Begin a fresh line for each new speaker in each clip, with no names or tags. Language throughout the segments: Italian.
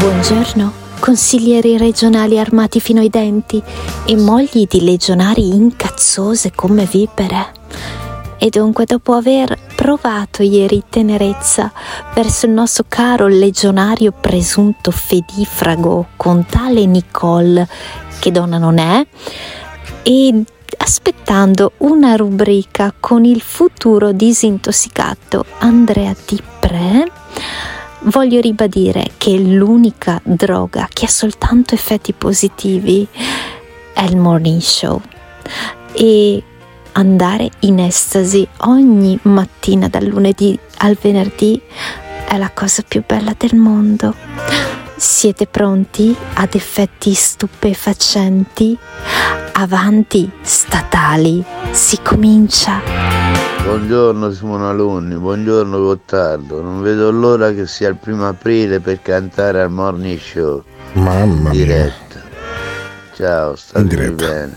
Buongiorno, consiglieri regionali armati fino ai denti e mogli di legionari incazzose come vipere. E dunque, dopo aver provato ieri tenerezza verso il nostro caro legionario presunto fedifrago con tale Nicole, che donna non è, e aspettando una rubrica con il futuro disintossicato Andrea Dipré, voglio ribadire che l'unica droga che ha soltanto effetti positivi è il morning show, e andare in estasi ogni mattina dal lunedì al venerdì è la cosa più bella del mondo. Siete pronti ad effetti stupefacenti? Avanti, statali, si comincia!
Buongiorno Simone Alunni, buongiorno Gottardo, non vedo l'ora che sia il 1 aprile per cantare al morning show.
Mamma mia.
Diretta. Ciao, state bene.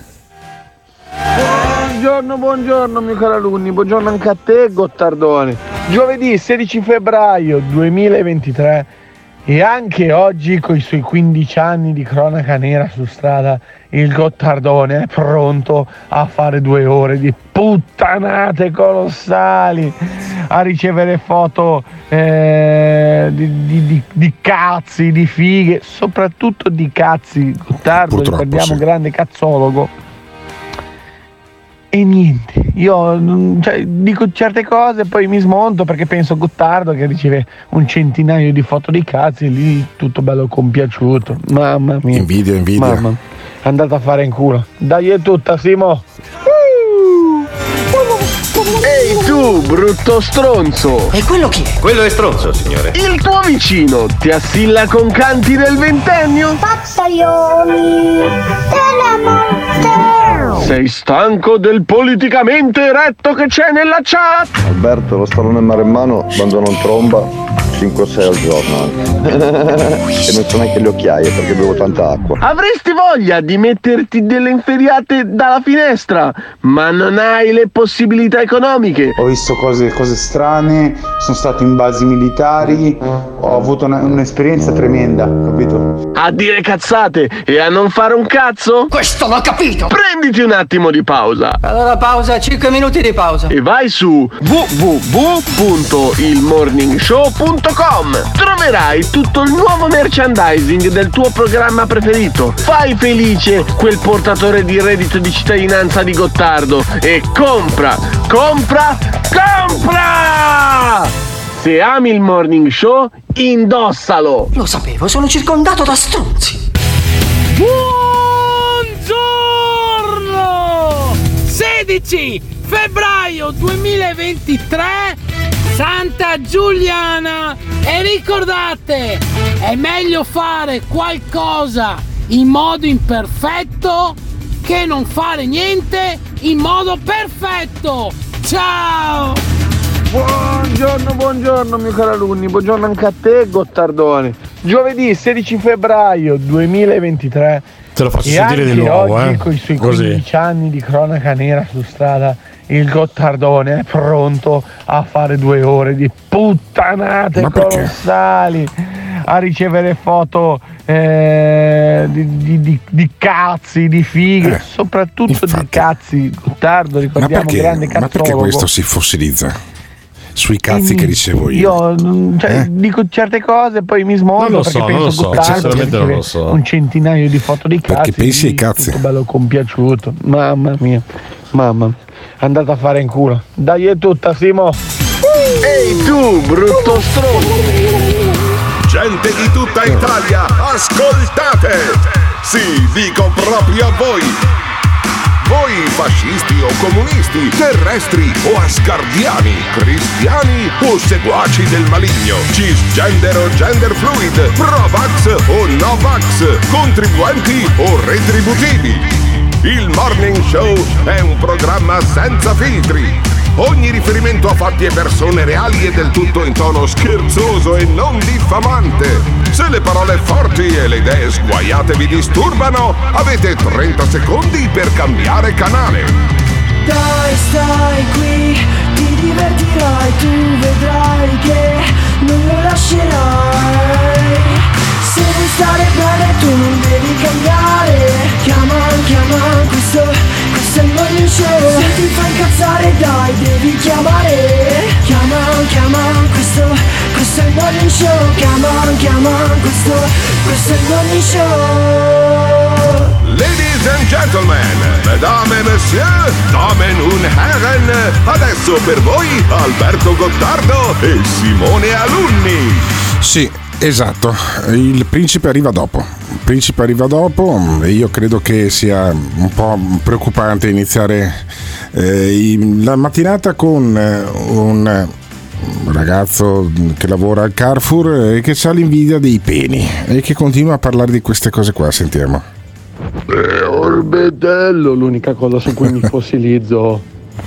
Buongiorno mio caro Alunni, buongiorno anche a te Gottardone. Giovedì 16 febbraio 2023 e anche oggi con i suoi 15 anni di cronaca nera su strada il Gottardone è pronto a fare 2 ore di puttanate colossali, a ricevere foto di cazzi, di fighe, soprattutto di cazzi. Gottardo, ricordiamo, sì, grande cazzologo. E niente, io dico certe cose e poi mi smonto perché penso a Gottardo che riceve un centinaio di foto di cazzi e lì tutto bello compiaciuto. Mamma mia.
Invidia.
Mamma, andate a fare in culo. Dai, è tutta, Simo. Ehi tu, brutto stronzo!
E quello chi è?
Quello è stronzo, signore.
Il tuo vicino ti assilla con canti del ventennio?
Pazzaioli della morte!
Sei stanco del politicamente eretto che c'è nella chat?
Alberto, lo stallone maremmano quando non tromba 5-6 al giorno anche. E non so neanche le occhiaie perché bevo tanta acqua.
Avresti voglia di metterti delle inferiate dalla finestra, ma non hai le possibilità economiche.
Ho visto cose strane, sono stato in basi militari, ho avuto un'esperienza tremenda, capito?
A dire cazzate e a non fare un cazzo?
Questo l'ho capito!
Prenditi un attimo di pausa.
Allora pausa, 5 minuti di pausa.
E vai su www.ilmorningshow.com. Troverai tutto il nuovo merchandising del tuo programma preferito. Fai felice quel portatore di reddito di cittadinanza di Gottardo e compra! Se ami il morning show, indossalo!
Lo sapevo, sono circondato da stronzi.
Buongiorno! 16 febbraio 2023, Santa Giuliana, e ricordate, è meglio fare qualcosa in modo imperfetto che non fare niente in modo perfetto. Ciao!
Buongiorno mio caro Alunni, buongiorno anche a te Gottardone. Giovedì 16 febbraio 2023
te lo faccio
e
sentire di nuovo,
oggi con i suoi 15 anni di cronaca nera su strada il Gottardone è pronto a fare 2 ore di puttanate colossali, a ricevere foto di cazzi, di fighe, soprattutto infatti, di cazzi. Gottardo, ricordiamo, grande cazzologo.
Ma perché questo si fossilizza sui cazzi che ricevo io?
Dico certe cose e poi mi smonto perché penso a Gottardo che riceve un centinaio di foto di cazzi.
Perché pensi ai cazzi?
Tutto bello compiaciuto. Mamma mia. Andate a fare in culo. Dai, è tutta, Simo. Ehi tu, brutto stronzo!
Gente di tutta Italia, ascoltate! Sì, dico proprio a voi! Voi fascisti o comunisti, terrestri o asgardiani, cristiani o seguaci del maligno, cisgender o gender fluid, pro-vax o no-vax, contribuenti o retributivi. Il Morning Show è un programma senza filtri. Ogni riferimento a fatti e persone reali è del tutto in tono scherzoso e non diffamante. Se le parole forti e le idee sguaiate vi disturbano, avete 30 secondi per cambiare canale.
Dai, stai qui, ti divertirai, tu vedrai che non lo lascerai. Se dai, devi chiamare. Chiama, questo è il Morning Show. Chiama, questo è il Morning Show.
Ladies and gentlemen, mesdames et messieurs, damen und herren, adesso per voi Alberto Gottardo e Simone Alunni.
Sì, esatto, il principe arriva dopo. E io credo che sia un po' preoccupante iniziare la mattinata con un ragazzo che lavora al Carrefour e che ha l'invidia dei peni e che continua a parlare di queste cose qua. Sentiamo.
Orbetello, l'unica cosa su cui mi fossilizzo.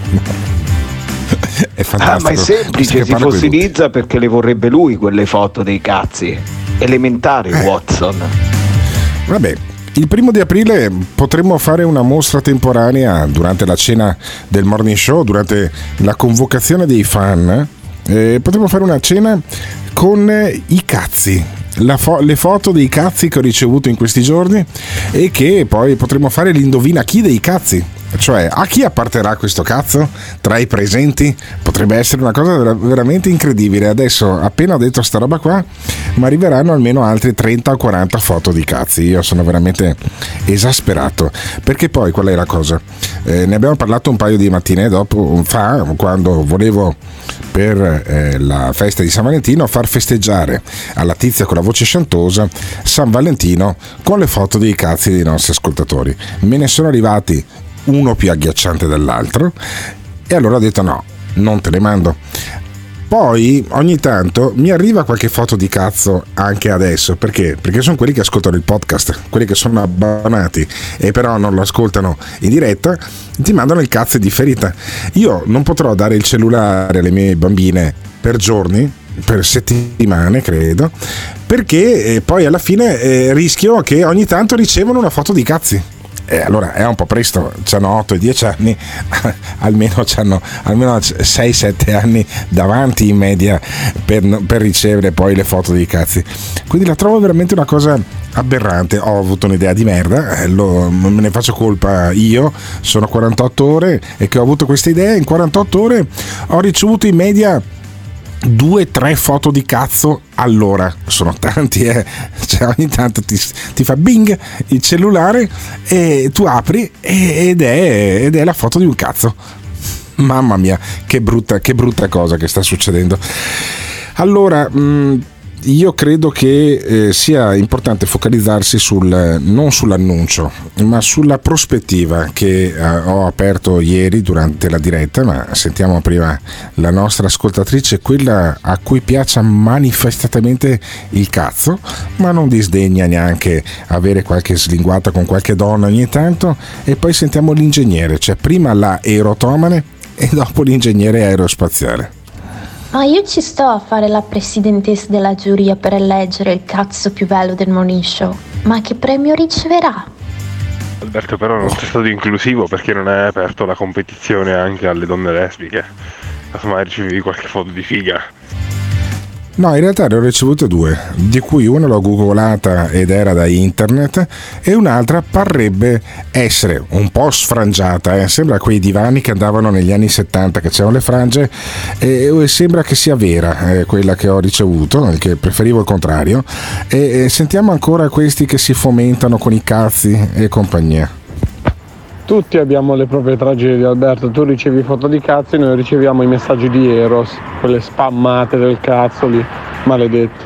È fantastico.
Ma è semplice, si fossilizza perché le vorrebbe lui quelle foto dei cazzi. Elementari, Watson.
Vabbè, il 1 aprile potremmo fare una mostra temporanea durante la cena del Morning Show, durante la convocazione dei fan. Potremmo fare una cena con i cazzi. Le foto dei cazzi che ho ricevuto in questi giorni e che poi potremo fare l'indovina chi dei cazzi, cioè a chi apparterà questo cazzo tra i presenti. Potrebbe essere una cosa veramente incredibile. Adesso appena ho detto sta roba qua mi arriveranno almeno altri 30 o 40 foto di cazzi. Io sono veramente esasperato, perché poi qual è la cosa? Ne abbiamo parlato un paio di mattine fa, quando volevo per la festa di San Valentino far festeggiare alla tizia con la voce sciantosa San Valentino con le foto dei cazzi dei nostri ascoltatori. Me ne sono arrivati uno più agghiacciante dell'altro e allora ho detto no, non te le mando. Poi ogni tanto mi arriva qualche foto di cazzo anche adesso. Perché sono quelli che ascoltano il podcast, quelli che sono abbonati e però non lo ascoltano in diretta, ti mandano il cazzo in differita. Io non potrò dare il cellulare alle mie bambine per giorni, per settimane credo, perché poi alla fine rischio che ogni tanto ricevono una foto di cazzi. Allora è un po' presto, hanno 8 e 10 anni, almeno 6-7 anni davanti in media per ricevere poi le foto dei cazzi. Quindi la trovo veramente una cosa aberrante. Ho avuto un'idea di merda, me ne faccio colpa io, sono 48 ore e che ho avuto questa idea. In 48 ore ho ricevuto in media 2-3 foto di cazzo all'ora. Sono tanti, cioè ogni tanto ti fa bing il cellulare e tu apri ed è la foto di un cazzo. Mamma mia, che brutta cosa che sta succedendo. Allora io credo che sia importante focalizzarsi non sull'annuncio, ma sulla prospettiva che ho aperto ieri durante la diretta. Ma sentiamo prima la nostra ascoltatrice, quella a cui piaccia manifestatamente il cazzo, ma non disdegna neanche avere qualche slinguata con qualche donna ogni tanto. E poi sentiamo l'ingegnere, cioè prima la erotomane e dopo l'ingegnere aerospaziale.
Ma io ci sto a fare la presidentessa della giuria per eleggere il cazzo più bello del Morning Show. Ma che premio riceverà?
Alberto, però non sei stato inclusivo perché non hai aperto la competizione anche alle donne lesbiche. Casomai ricevevi qualche foto di figa.
No, in realtà ne ho ricevute 2, di cui una l'ho googolata ed era da internet e un'altra parrebbe essere un po' sfrangiata, sembra quei divani che andavano negli anni 70 che c'erano le frange, e sembra che sia vera quella che ho ricevuto, che preferivo il contrario. E sentiamo ancora questi che si fomentano con i cazzi e compagnia.
Tutti abbiamo le proprie tragedie, Alberto. Tu ricevi foto di cazzi, noi riceviamo i messaggi di Eros, quelle spammate del cazzo lì, maledetti.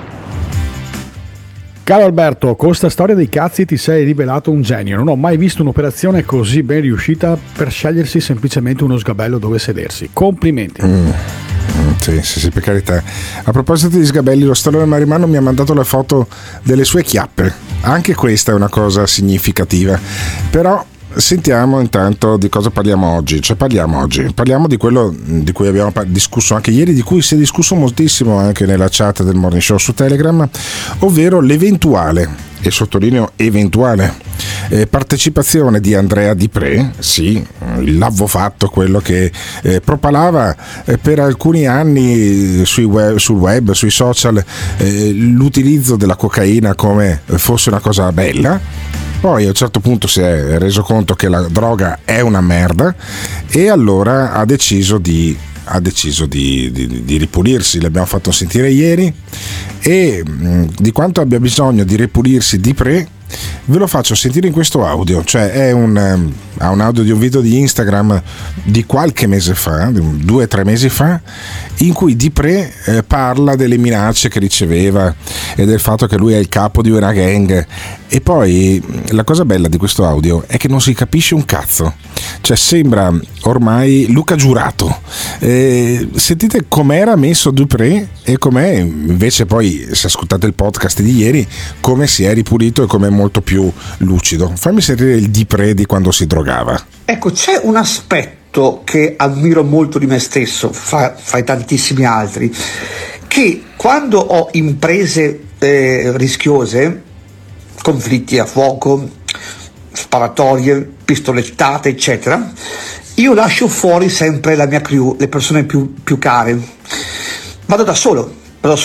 Caro Alberto, con questa storia dei cazzi ti sei rivelato un genio. Non ho mai visto un'operazione così ben riuscita per scegliersi semplicemente uno sgabello dove sedersi. Complimenti.
Sì, per carità. A proposito di sgabelli, lo Stallone Marimano mi ha mandato la foto delle sue chiappe. Anche questa è una cosa significativa. Però sentiamo intanto di cosa parliamo oggi. Parliamo di quello di cui abbiamo discusso anche ieri, di cui si è discusso moltissimo anche nella chat del Morning Show su Telegram, ovvero l'eventuale, e sottolineo eventuale, partecipazione di Andrea Di Pré, sì, l'avvocato, quello che propalava per alcuni anni sul web, sui social, l'utilizzo della cocaina come fosse una cosa bella. Poi a un certo punto si è reso conto che la droga è una merda e allora ha deciso di ripulirsi. L'abbiamo fatto sentire ieri, e di quanto abbia bisogno di ripulirsi Di-Pre ve lo faccio sentire in questo audio. Cioè è un audio di un video di Instagram di qualche mese fa, 2 o 3 mesi fa, in cui Di-Pre parla delle minacce che riceveva e del fatto che lui è il capo di una gang. E poi la cosa bella di questo audio è che non si capisce un cazzo, cioè sembra ormai Luca Giurato. Sentite com'era messo Di-Pre e com'è invece, poi se ascoltate il podcast di ieri, come si è ripulito e com'è molto più lucido. Fammi sentire il Di-Pre di quando si drogava.
Ecco, c'è un aspetto che ammiro molto di me stesso, fra i tantissimi altri, che quando ho imprese rischiose, conflitti a fuoco, sparatorie, pistolettate, eccetera, io lascio fuori sempre la mia crew, le persone più care. Vado da solo,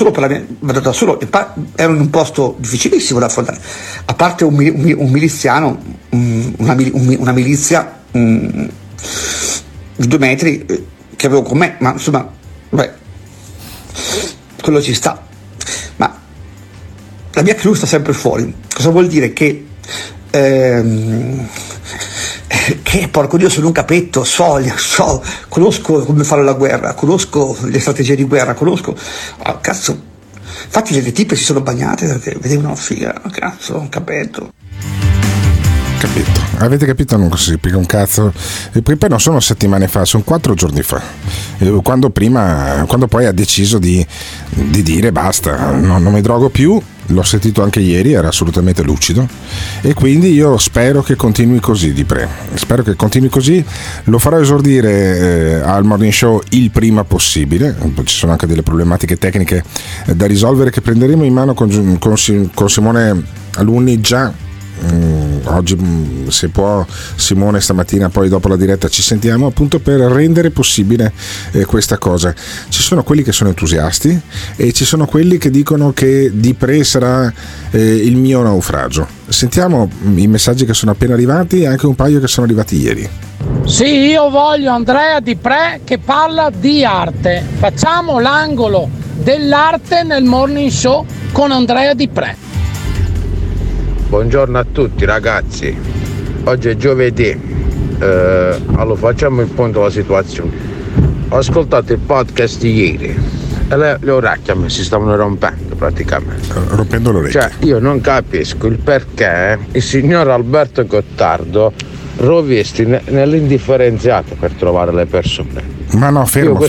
ero in un posto difficilissimo da affrontare, a parte un miliziano, una milizia di 2 metri che avevo con me, ma insomma, quello ci sta. Ma la mia crew sta sempre fuori. Cosa vuol dire? Che porco Dio, sono un capetto, conosco come fare la guerra, conosco le strategie di guerra, cazzo, infatti le tipe si sono bagnate perché vedevano figa, cazzo, un capetto.
Capito, avete capito? Non si spiega un cazzo. E poi non sono settimane fa, sono 4 giorni fa, quando poi ha deciso di dire basta, non mi drogo più. L'ho sentito anche ieri, era assolutamente lucido, e quindi io spero che continui così, Di-Pre. Spero che continui così. Lo farò esordire al Morning Show il prima possibile. Ci sono anche delle problematiche tecniche da risolvere che prenderemo in mano con Simone Alunni già. Oggi, se può, Simone, stamattina, poi dopo la diretta ci sentiamo, appunto per rendere possibile questa cosa. Ci sono quelli che sono entusiasti e ci sono quelli che dicono che Di-Pre sarà il mio naufragio. Sentiamo i messaggi che sono appena arrivati e anche un paio che sono arrivati ieri.
Sì, io voglio Andrea Di-Pre che parla di arte. Facciamo l'angolo dell'arte nel Morning Show con Andrea Di-Pre.
Buongiorno a tutti ragazzi, oggi è giovedì, allora facciamo il punto della situazione. Ho ascoltato il podcast di ieri e le orecchie a me si stavano rompendo praticamente.
Rompendo le orecchie?
Cioè io non capisco il perché il signor Alberto Gottardo rovesti nell'indifferenziato per trovare le persone.
Ma no, fermo.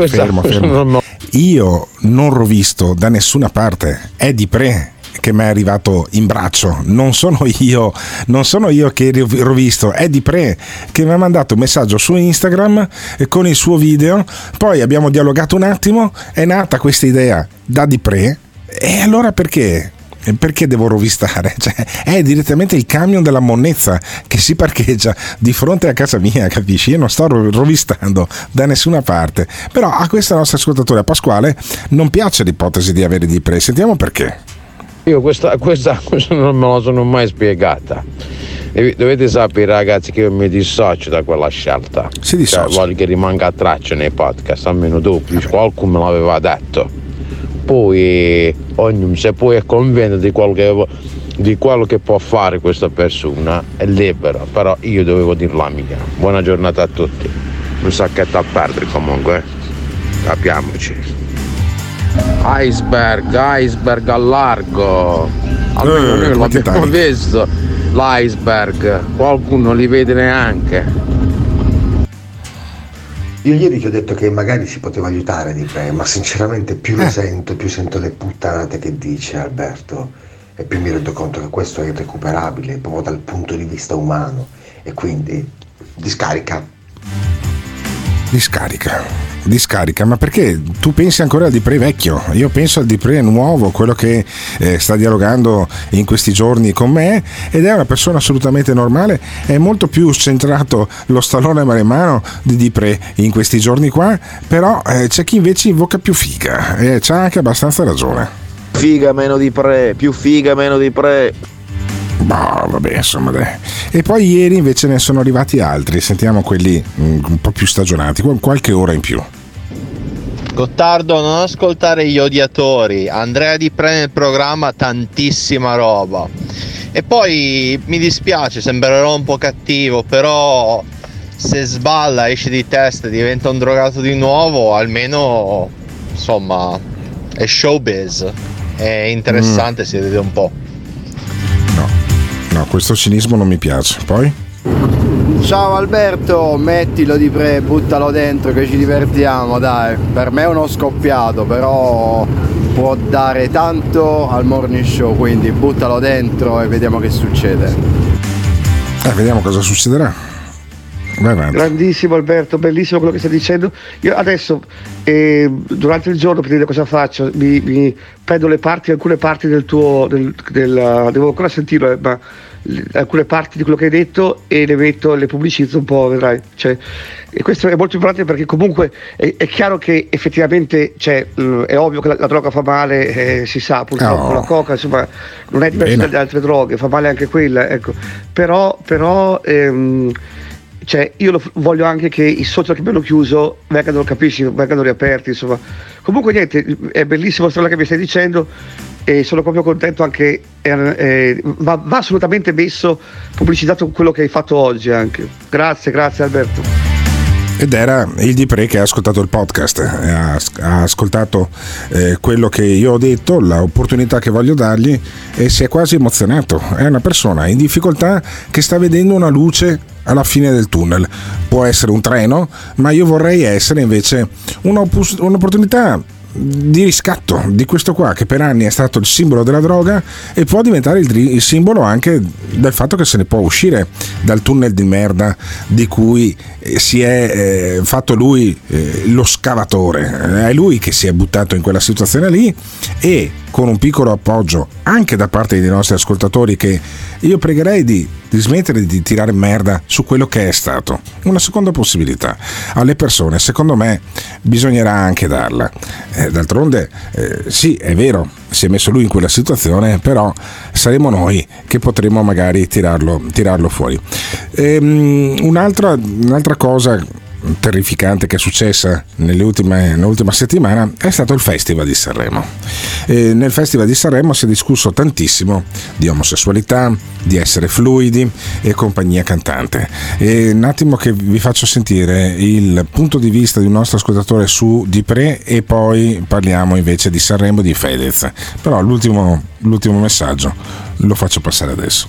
Io non rovisto da nessuna parte, è Di-Pre che mi è arrivato in braccio, non sono io che rovisto, è Di-Pre che mi ha mandato un messaggio su Instagram con il suo video, poi abbiamo dialogato un attimo, è nata questa idea da Di-Pre, e allora perché devo rovistare? Cioè, è direttamente il camion della monnezza che si parcheggia di fronte a casa mia, capisci? Io non sto rovistando da nessuna parte, però a questa nostra ascoltatore, a Pasquale, non piace l'ipotesi di avere Di-Pre. Sentiamo perché.
Io questa non me la sono mai spiegata. Dovete sapere ragazzi che io mi dissocio da quella scelta.
Si dissocia.
Cioè, voglio che rimanga a traccia nei podcast, almeno dopo, qualcuno me l'aveva detto. Poi ognuno se poi è convinto di quello che può fare questa persona è libero, però io dovevo dir la mia. Buona giornata a tutti. Un sacchetto a perdere comunque, capiamoci. Iceberg al largo, almeno noi l'abbiamo visto l'iceberg, qualcuno li vede neanche.
Io ieri ti ho detto che magari si poteva aiutare Di-Pre, ma sinceramente più lo sento, più sento le puttanate che dice Alberto e più mi rendo conto che questo è irrecuperabile proprio dal punto di vista umano, e quindi discarica,
ma perché tu pensi ancora al Di-Pre vecchio? Io penso al Di-Pre nuovo, quello che sta dialogando in questi giorni con me, ed è una persona assolutamente normale, è molto più centrato lo stallone maremmano di Di-Pre in questi giorni qua, però c'è chi invece invoca più figa e c'ha anche abbastanza ragione.
Figa meno Di-Pre, più figa meno Di-Pre.
Boh, vabbè, insomma, dai. E poi ieri invece ne sono arrivati altri, sentiamo quelli un po' più stagionati, qualche ora in più.
Gottardo, non ascoltare gli odiatori, Andrea Di Pre nel programma, tantissima roba. E poi mi dispiace, sembrerò un po' cattivo, però se sballa, esce di testa e diventa un drogato di nuovo, almeno insomma è showbiz, è interessante, si vede un po'.
No, questo cinismo non mi piace. Poi?
Ciao Alberto, mettilo Di Pre, buttalo dentro che ci divertiamo, dai. Per me è uno scoppiato, però può dare tanto al morning show, quindi buttalo dentro e vediamo che succede.
Vediamo cosa succederà. Vai avanti.
Grandissimo Alberto, bellissimo quello che stai dicendo. Io adesso durante il giorno, per dire cosa faccio, mi prendo alcune parti del tuo devo ancora sentirlo, ma alcune parti di quello che hai detto e le pubblicizzo un po', vedrai. E questo è molto importante perché comunque è chiaro che effettivamente è ovvio che la droga fa male, si sa purtroppo. La coca insomma non è diversa dalle altre droghe, fa male anche quella, ecco. Però io voglio anche che i social che mi hanno chiuso vengano riaperti, insomma. Comunque niente, è bellissimo quello che mi stai dicendo e sono proprio contento anche, va assolutamente messo, pubblicizzato quello che hai fatto oggi anche. Grazie Alberto.
Ed era il Di Pre che ha ascoltato il podcast, ha ascoltato quello che io ho detto, l'opportunità che voglio dargli e si è quasi emozionato. È una persona in difficoltà che sta vedendo una luce alla fine del tunnel. Può essere un treno, ma io vorrei essere invece un'opportunità di riscatto di questo qua che per anni è stato il simbolo della droga e può diventare il simbolo anche del fatto che se ne può uscire dal tunnel di merda di cui si è fatto lui lo scavatore. È lui che si è buttato in quella situazione lì e con un piccolo appoggio anche da parte dei nostri ascoltatori, che io pregherei di smettere di tirare merda su quello che è stato. Una seconda possibilità alle persone, secondo me, bisognerà anche darla. D'altronde, sì, è vero, si è messo lui in quella situazione, però saremo noi che potremo magari tirarlo fuori. Un'altra cosa terrificante che è successa nell'ultima settimana è stato il Festival di Sanremo. Nel Festival di Sanremo si è discusso tantissimo di omosessualità, di essere fluidi e compagnia cantante. Un attimo che vi faccio sentire il punto di vista di un nostro ascoltatore su Di Pre e poi parliamo invece di Sanremo, di Fedez. Però l'ultimo messaggio lo faccio passare adesso.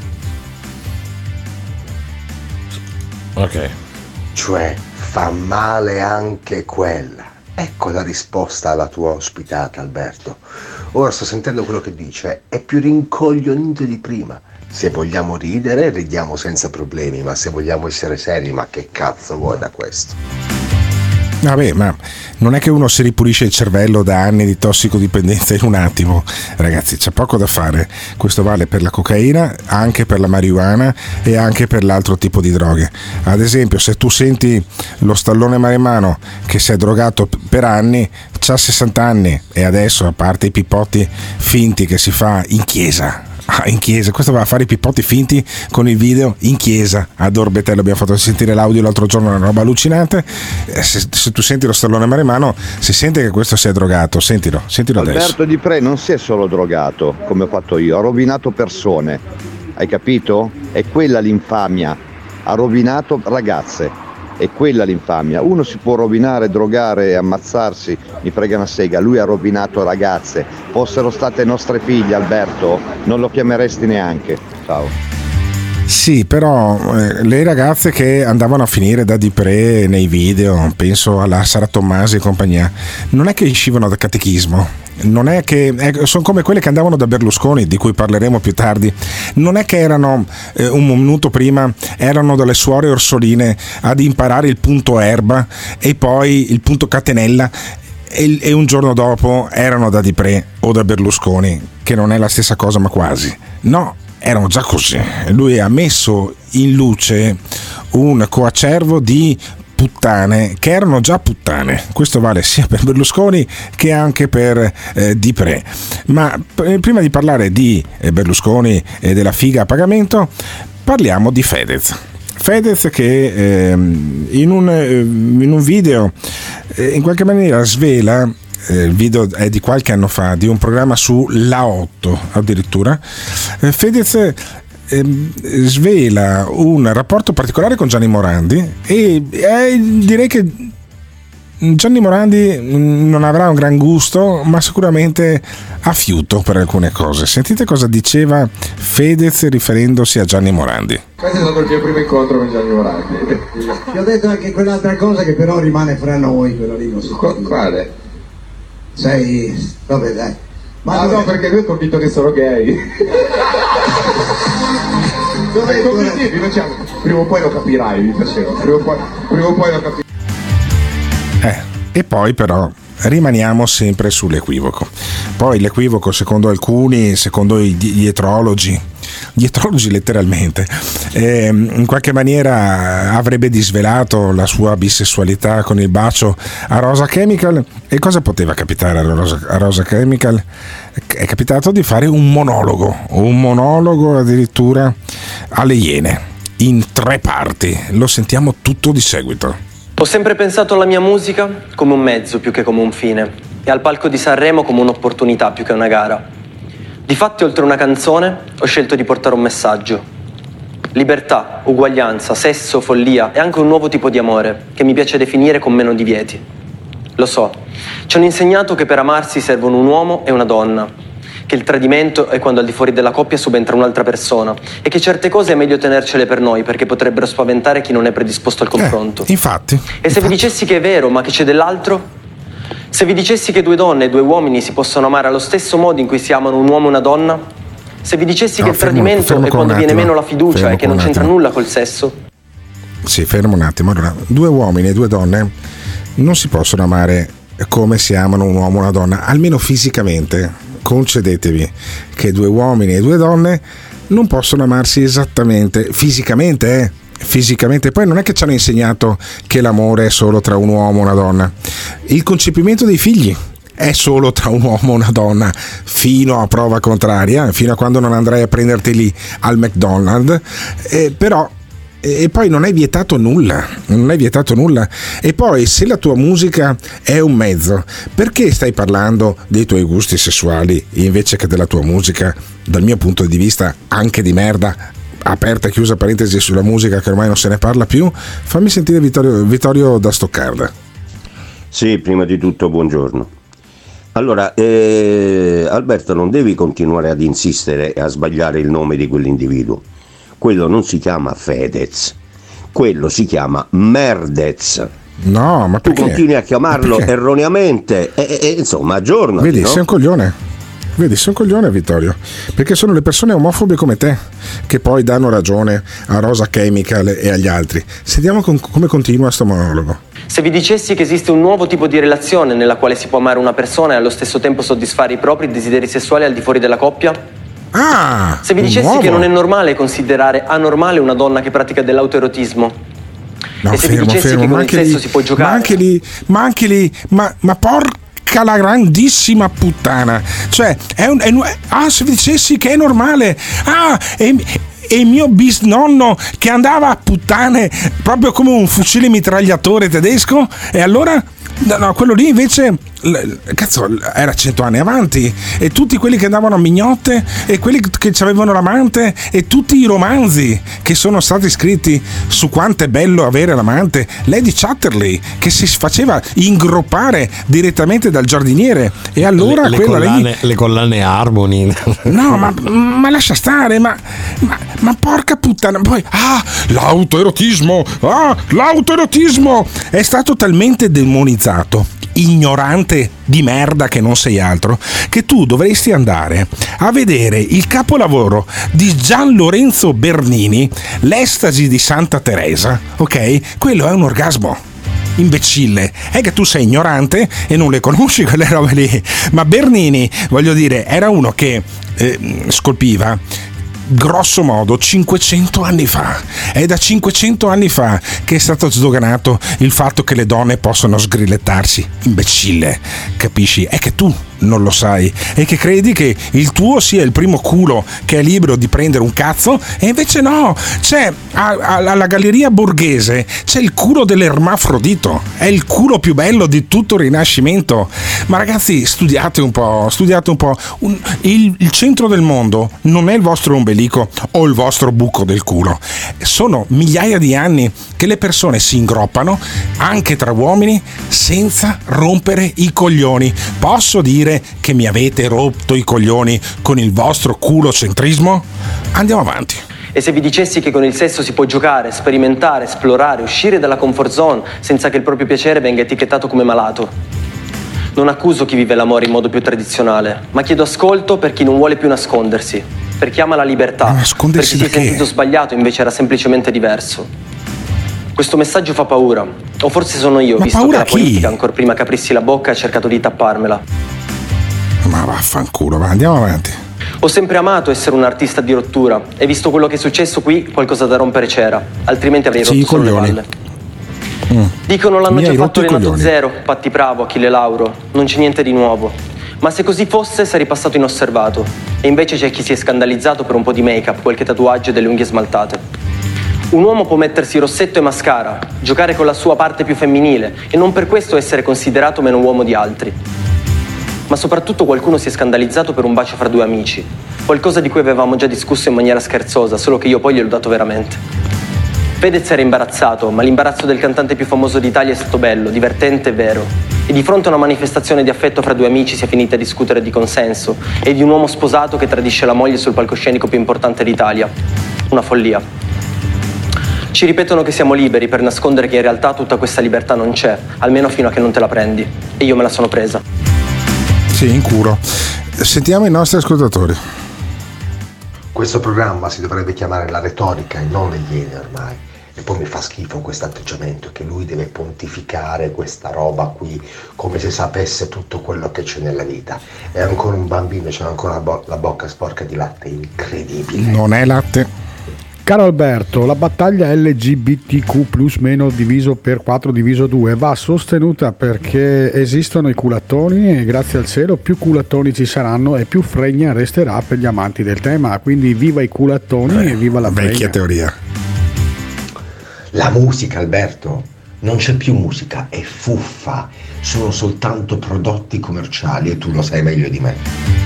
Ok. Cioè, fa male anche quella. Ecco la risposta alla tua ospitata, Alberto. Ora sto sentendo quello che dice, è più rincoglionito di prima. Se vogliamo ridere, ridiamo senza problemi, ma se vogliamo essere seri, ma che cazzo vuoi da questo?
Vabbè, ma non è che uno si ripulisce il cervello da anni di tossicodipendenza in un attimo, ragazzi, c'è poco da fare. Questo vale per la cocaina, anche per la marijuana e anche per l'altro tipo di droghe. Ad esempio, se tu senti lo stallone maremmano che si è drogato per anni, c'ha 60 anni e adesso, a parte i pippotti finti che si fa in chiesa, questo va a fare i pippotti finti con il video in chiesa ad Orbetello. Abbiamo fatto sentire l'audio l'altro giorno, una roba allucinante. Se tu senti lo stallone maremmano si sente che questo si è drogato. Sentilo adesso.
Alberto Di Pre non si è solo drogato come ho fatto io, ha rovinato persone, hai capito? È quella l'infamia, ha rovinato ragazze, è quella l'infamia. Uno si può rovinare, drogare e ammazzarsi, mi frega una sega, lui ha rovinato ragazze. Fossero state nostre figlie, Alberto, non lo chiameresti neanche. Ciao.
Sì, però le ragazze che andavano a finire da Di Pre nei video, penso alla Sara Tommasi e compagnia, non è che uscivano da catechismo, non è che sono come quelle che andavano da Berlusconi, di cui parleremo più tardi. Non è che erano un minuto prima erano dalle suore orsoline ad imparare il punto erba e poi il punto catenella e un giorno dopo erano da Di Pre o da Berlusconi, che non è la stessa cosa ma quasi. No, erano già così. Lui ha messo in luce un coacervo di puttane che erano già puttane. Questo vale sia per Berlusconi che anche per Dipré. Ma prima di parlare di Berlusconi e della figa a pagamento, parliamo di Fedez. Fedez che in un video in qualche maniera svela, il video è di qualche anno fa, di un programma su La 8 addirittura, Fedez svela un rapporto particolare con Gianni Morandi e direi che Gianni Morandi non avrà un gran gusto, ma sicuramente ha fiuto per alcune cose. Sentite cosa diceva Fedez riferendosi a Gianni Morandi.
Questo è stato il mio primo incontro con Gianni Morandi.
Ti ho detto anche quell'altra cosa che però rimane fra noi, quello lì non si
Quale?
Sei... vabbè dai.
Ma no, perché lui è convinto che sono gay. Dove convinti? Prima o poi lo capirai, mi piaceva. Prima o poi lo capirai.
E poi però rimaniamo sempre sull'equivoco. Poi l'equivoco, secondo alcuni, secondo i dietrologi letteralmente, in qualche maniera avrebbe disvelato la sua bisessualità con il bacio a Rosa Chemical. E cosa poteva capitare a Rosa Chemical? È capitato di fare un monologo addirittura alle Iene, in 3 parti. Lo sentiamo tutto di seguito.
Ho sempre pensato alla mia musica come un mezzo più che come un fine, e al palco di Sanremo come un'opportunità più che una gara. Difatti, oltre una canzone, ho scelto di portare un messaggio. Libertà, uguaglianza, sesso, follia e anche un nuovo tipo di amore, che mi piace definire con meno divieti. Lo so, ci hanno insegnato che per amarsi servono un uomo e una donna, che il tradimento è quando al di fuori della coppia subentra un'altra persona e che certe cose è meglio tenercele per noi perché potrebbero spaventare chi non è predisposto al confronto.
Infatti.
E se vi dicessi che è vero ma che c'è dell'altro? Se vi dicessi che 2 donne e 2 uomini si possono amare allo stesso modo in cui si amano un uomo e una donna? Se vi dicessi che il tradimento è quando viene meno la fiducia e che non c'entra nulla col sesso?
Sì, fermo un attimo. Allora, 2 uomini e 2 donne non si possono amare come si amano un uomo e una donna, almeno fisicamente. Concedetevi che 2 uomini e 2 donne non possono amarsi esattamente fisicamente. Poi non è che ci hanno insegnato che l'amore è solo tra un uomo e una donna. Il concepimento dei figli è solo tra un uomo e una donna, fino a prova contraria, fino a quando non andrai a prenderti lì al McDonald's, però e poi non hai vietato nulla. E poi, se la tua musica è un mezzo, perché stai parlando dei tuoi gusti sessuali invece che della tua musica, dal mio punto di vista anche di merda, aperta e chiusa parentesi sulla musica che ormai non se ne parla più? Fammi sentire Vittorio da Stoccarda.
Sì, prima di tutto buongiorno. Allora, Alberto, non devi continuare ad insistere e a sbagliare il nome di quell'individuo. Quello non si chiama Fedez, quello si chiama Merdez.
No, ma perché?
Tu continui a chiamarlo erroneamente e insomma aggiornati.
Vedi,
no?
sei un coglione, Vittorio, perché sono le persone omofobe come te che poi danno ragione a Rosa Chemical e agli altri. Sentiamo come continua sto monologo.
Se vi dicessi che esiste un nuovo tipo di relazione nella quale si può amare una persona e allo stesso tempo soddisfare i propri desideri sessuali al di fuori della coppia? Se vi dicessi che non è normale considerare anormale una donna che pratica dell'autoerotismo?
No,
e se vi dicessi che con il sesso si può giocare?
Ma anche lì, porca la grandissima puttana. Cioè, se vi dicessi che è normale, e mio bisnonno che andava a puttane proprio come un fucile mitragliatore tedesco, e allora no, quello lì invece cazzo era 100 anni avanti, e tutti quelli che andavano a mignotte e quelli che avevano l'amante e tutti i romanzi che sono stati scritti su quanto è bello avere l'amante, Lady Chatterley che si faceva ingroppare direttamente dal giardiniere, e allora
le collane Harmony.
No, ma lascia stare, ma porca puttana. Poi l'autoerotismo è stato talmente demonizzato, ignorante di merda che non sei altro, che tu dovresti andare a vedere il capolavoro di Gian Lorenzo Bernini, L'estasi di Santa Teresa, ok? Quello è un orgasmo. Imbecille, è che tu sei ignorante e non le conosci quelle robe lì. Ma Bernini, voglio dire, era uno che scolpiva grosso modo 500 anni fa. È da 500 anni fa che è stato sdoganato il fatto che le donne possono sgrillettarsi. Imbecille, capisci? È che tu non lo sai e che credi che il tuo sia il primo culo che è libero di prendere un cazzo, e invece no, c'è alla Galleria Borghese c'è il culo dell'ermafrodito, è il culo più bello di tutto il Rinascimento. Ma ragazzi, studiate un po'. Il centro del mondo non è il vostro ombelico o il vostro buco del culo. Sono migliaia di anni che le persone si ingroppano anche tra uomini senza rompere i coglioni. Posso dire che mi avete rotto i coglioni con il vostro culocentrismo? Andiamo avanti.
E se vi dicessi che con il sesso si può giocare, sperimentare, esplorare, uscire dalla comfort zone senza che il proprio piacere venga etichettato come malato? Non accuso chi vive l'amore in modo più tradizionale, ma chiedo ascolto per chi non vuole più nascondersi, per chi ama la libertà, per chi si è sentito sbagliato invece era semplicemente diverso. Questo messaggio fa paura, o forse sono io, visto che la politica, ancor prima che aprissi la bocca, ha cercato di tapparmela.
Ma vaffanculo, va, andiamo avanti.
Ho sempre amato essere un artista di rottura e visto quello che è successo qui, qualcosa da rompere c'era, altrimenti avrei rotto solo le palle. Dicono l'hanno già fatto Renato Zero, Patti Bravo, Achille Lauro, non c'è niente di nuovo. Ma se così fosse sarei passato inosservato. E invece c'è chi si è scandalizzato per un po' di make-up, qualche tatuaggio e delle unghie smaltate. Un uomo può mettersi rossetto e mascara, giocare con la sua parte più femminile e non per questo essere considerato meno uomo di altri. Ma soprattutto qualcuno si è scandalizzato per un bacio fra due amici, qualcosa di cui avevamo già discusso in maniera scherzosa, solo che io poi gliel'ho dato veramente. Fedez era imbarazzato, ma l'imbarazzo del cantante più famoso d'Italia è stato bello, divertente e vero. E di fronte a una manifestazione di affetto fra due amici si è finita a discutere di consenso e di un uomo sposato che tradisce la moglie sul palcoscenico più importante d'Italia. Una follia. Ci ripetono che siamo liberi per nascondere che in realtà tutta questa libertà non c'è, almeno fino a che non te la prendi. E io me la sono presa.
Sì, in culo. Sentiamo i nostri ascoltatori.
Questo programma si dovrebbe chiamare La retorica e non le Iene ormai. E poi mi fa schifo questo atteggiamento che lui deve pontificare questa roba qui come se sapesse tutto quello che c'è nella vita. È ancora un bambino, c'è ancora la bocca sporca di latte, incredibile.
Non è latte.
Caro Alberto, la battaglia LGBTQ+ meno diviso per 4 diviso 2 va sostenuta perché esistono i culattoni e grazie al cielo più culattoni ci saranno e più fregna resterà per gli amanti del tema, quindi viva i culattoni e viva la fregna.
Vecchia teoria.
La musica, Alberto, non c'è più musica, è fuffa, sono soltanto prodotti commerciali e tu lo sai meglio di me.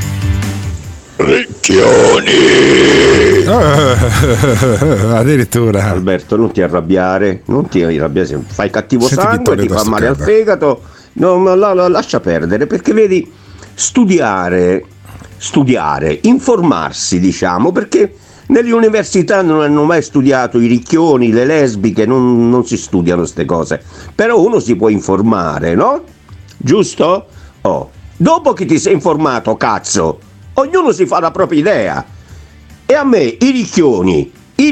Addirittura.
Alberto, non ti arrabbiare, se fai cattivo sangue, ti fa male al fegato, lascia perdere, perché vedi, studiare, informarsi, diciamo, perché nelle università non hanno mai studiato i ricchioni, le lesbiche, non si studiano queste cose, però uno si può informare, no? Giusto? Dopo che ti sei informato, cazzo, ognuno si fa la propria idea. E a me i ricchioni.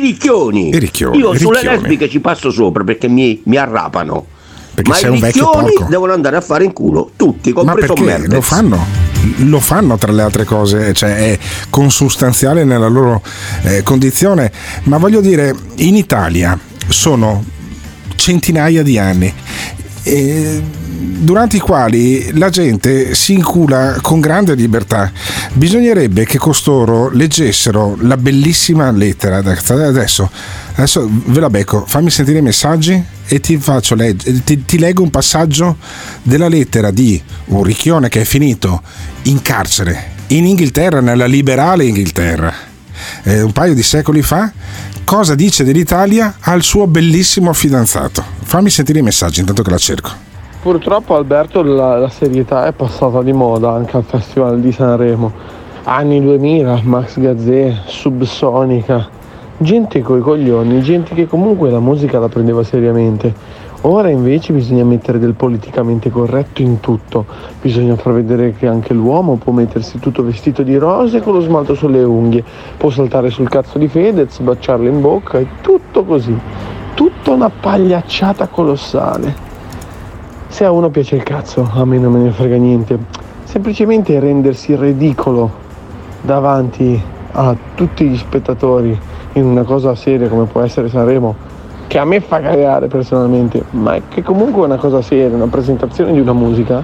Io sulle lesbiche ci passo sopra perché mi arrapano.
Perché
ma
sei
i
un vecchio
ricchioni
porco.
devono andare a fare in culo tutti, compreso
Ma perché
Mertens.
lo fanno tra le altre cose, cioè è consustanziale nella loro condizione. Ma voglio dire, in Italia sono centinaia di anni durante i quali la gente si incula con grande libertà. Bisognerebbe che costoro leggessero la bellissima lettera. Adesso ve la becco, fammi sentire i messaggi e ti leggo un passaggio della lettera di un ricchione che è finito in carcere in Inghilterra, nella liberale Inghilterra, un paio di secoli fa. Cosa dice dell'Italia al suo bellissimo fidanzato? Fammi sentire i messaggi intanto che la cerco.
Purtroppo, Alberto, la serietà è passata di moda anche al Festival di Sanremo. Anni 2000, Max Gazzè, Subsonica, gente coi coglioni, gente che comunque la musica la prendeva seriamente. Ora invece bisogna mettere del politicamente corretto in tutto, bisogna far vedere che anche l'uomo può mettersi tutto vestito di rosa e con lo smalto sulle unghie, può saltare sul cazzo di Fedez, baciarlo in bocca e tutto così, tutta una pagliacciata colossale. Se a uno piace il cazzo, a me non me ne frega niente, semplicemente rendersi ridicolo davanti a tutti gli spettatori in una cosa seria come può essere Sanremo, che a me fa cagare personalmente, ma che comunque è una cosa seria, una presentazione di una musica,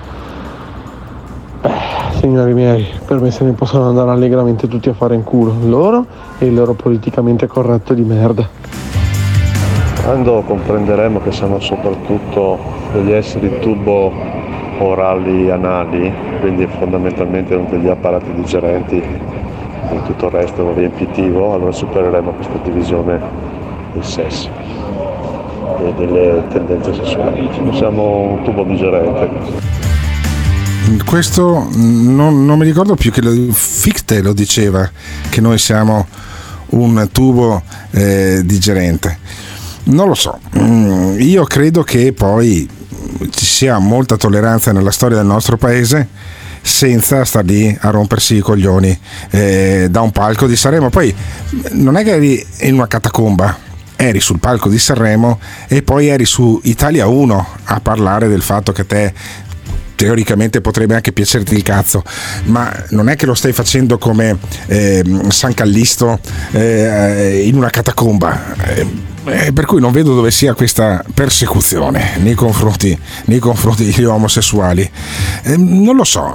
signori miei, per me se ne possono andare allegramente tutti a fare in culo, loro e il loro politicamente corretto di merda.
Quando comprenderemo che siamo soprattutto degli esseri tubo-orali anali, quindi fondamentalmente non degli apparati digerenti e tutto il resto riempitivo, allora supereremo questa divisione dei sessi e delle tendenze sessuali. Noi siamo un tubo digerente.
Questo non mi ricordo più, che Fichte lo diceva, che noi siamo un tubo digerente. Non lo so, io credo che poi ci sia molta tolleranza nella storia del nostro paese senza star lì a rompersi i coglioni da un palco di Sanremo. Poi non è che eri in una catacomba, eri sul palco di Sanremo e poi eri su Italia 1 a parlare del fatto che te teoricamente potrebbe anche piacerti il cazzo, ma non è che lo stai facendo come San Callisto in una catacomba. Per cui non vedo dove sia questa persecuzione nei confronti degli omosessuali. Non lo so.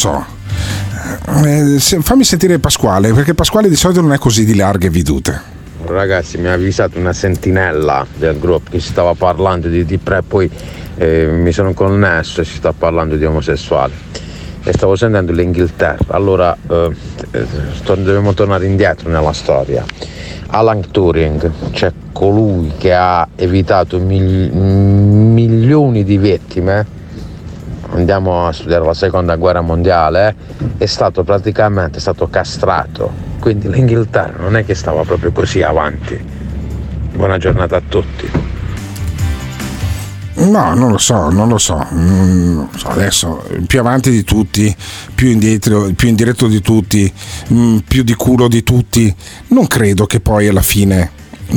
Fammi sentire Pasquale, perché Pasquale di solito non è così di larghe vedute.
Ragazzi, mi ha avvisato una sentinella del gruppo che si stava parlando di pre, poi mi sono connesso e si sta parlando di omosessuali e stavo sentendo l'Inghilterra. Allora dobbiamo tornare indietro nella storia. Alan Turing, cioè colui che ha evitato milioni di vittime, andiamo a studiare la seconda guerra mondiale, è stato castrato, quindi l'Inghilterra non è che stava proprio così avanti. Buona giornata a tutti.
No, non lo so. Adesso più avanti di tutti, più indietro di tutti, più di culo di tutti. Non credo che poi alla fine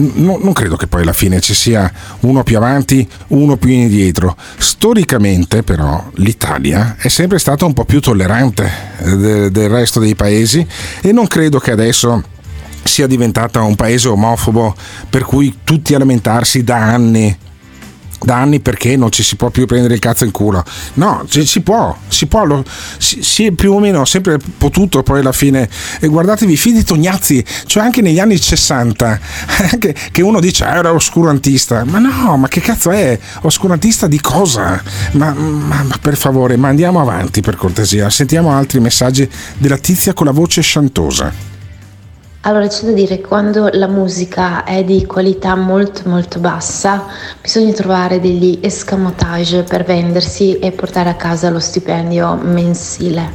ci sia uno più avanti, uno più indietro. Storicamente però l'Italia è sempre stata un po' più tollerante del resto dei paesi e non credo che adesso sia diventata un paese omofobo per cui tutti a lamentarsi da anni perché non ci si può più prendere il cazzo in culo. No, si può, si è più o meno sempre potuto poi alla fine. E guardatevi i film di Tognazzi, cioè anche negli anni 60, che uno dice era oscurantista, ma no, ma che cazzo è? Oscurantista di cosa? Ma per favore, ma andiamo avanti per cortesia, sentiamo altri messaggi della tizia con la voce sciantosa.
Allora c'è da dire che quando la musica è di qualità molto molto bassa bisogna trovare degli escamotage per vendersi e portare a casa lo stipendio mensile.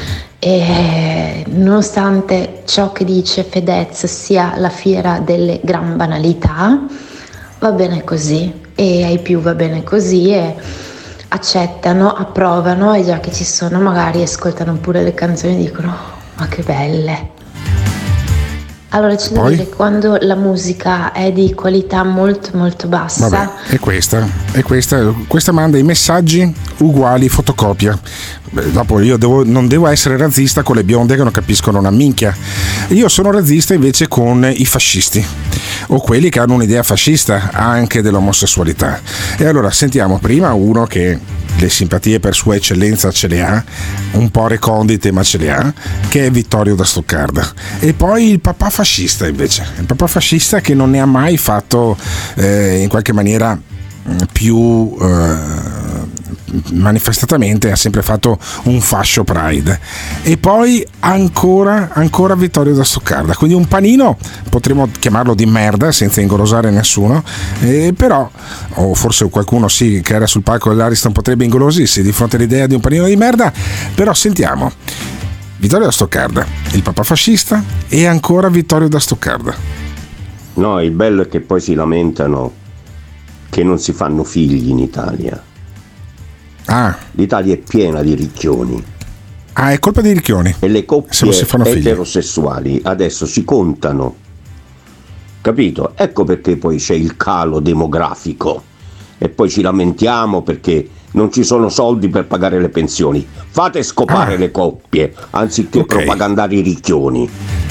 E nonostante ciò che dice Fedez sia la fiera delle gran banalità, va bene così, e ai più va bene così e accettano, approvano, e già che ci sono magari ascoltano pure le canzoni e dicono ma che belle. Allora c'è da dire che quando la musica è di qualità molto molto bassa.
Vabbè, è questa manda i messaggi uguali fotocopia. Dopo io non devo essere razzista con le bionde che non capiscono una minchia. Io sono razzista invece con i fascisti o quelli che hanno un'idea fascista anche dell'omosessualità. E allora sentiamo prima uno che le simpatie per sua eccellenza ce le ha, un po' recondite ma ce le ha, che è Vittorio da Stoccarda. E poi il papà fascista invece, il papà fascista che non ne ha mai fatto in qualche maniera più manifestatamente, ha sempre fatto un fascio Pride. E poi ancora Vittorio da Stoccarda, quindi un panino, potremmo chiamarlo di merda senza ingolosare nessuno, però, o forse qualcuno sì che era sul palco dell'Ariston potrebbe ingolosirsi di fronte all'idea di un panino di merda. Però sentiamo Vittorio da Stoccarda, il papà fascista, e ancora Vittorio da Stoccarda.
No, il bello è che poi si lamentano che non si fanno figli in Italia. L'Italia è piena di ricchioni.
È colpa dei ricchioni.
E le coppie eterosessuali adesso si contano. Capito? Ecco perché poi c'è il calo demografico. E poi ci lamentiamo perché non ci sono soldi per pagare le pensioni. Fate scopare le coppie anziché propagandare i ricchioni.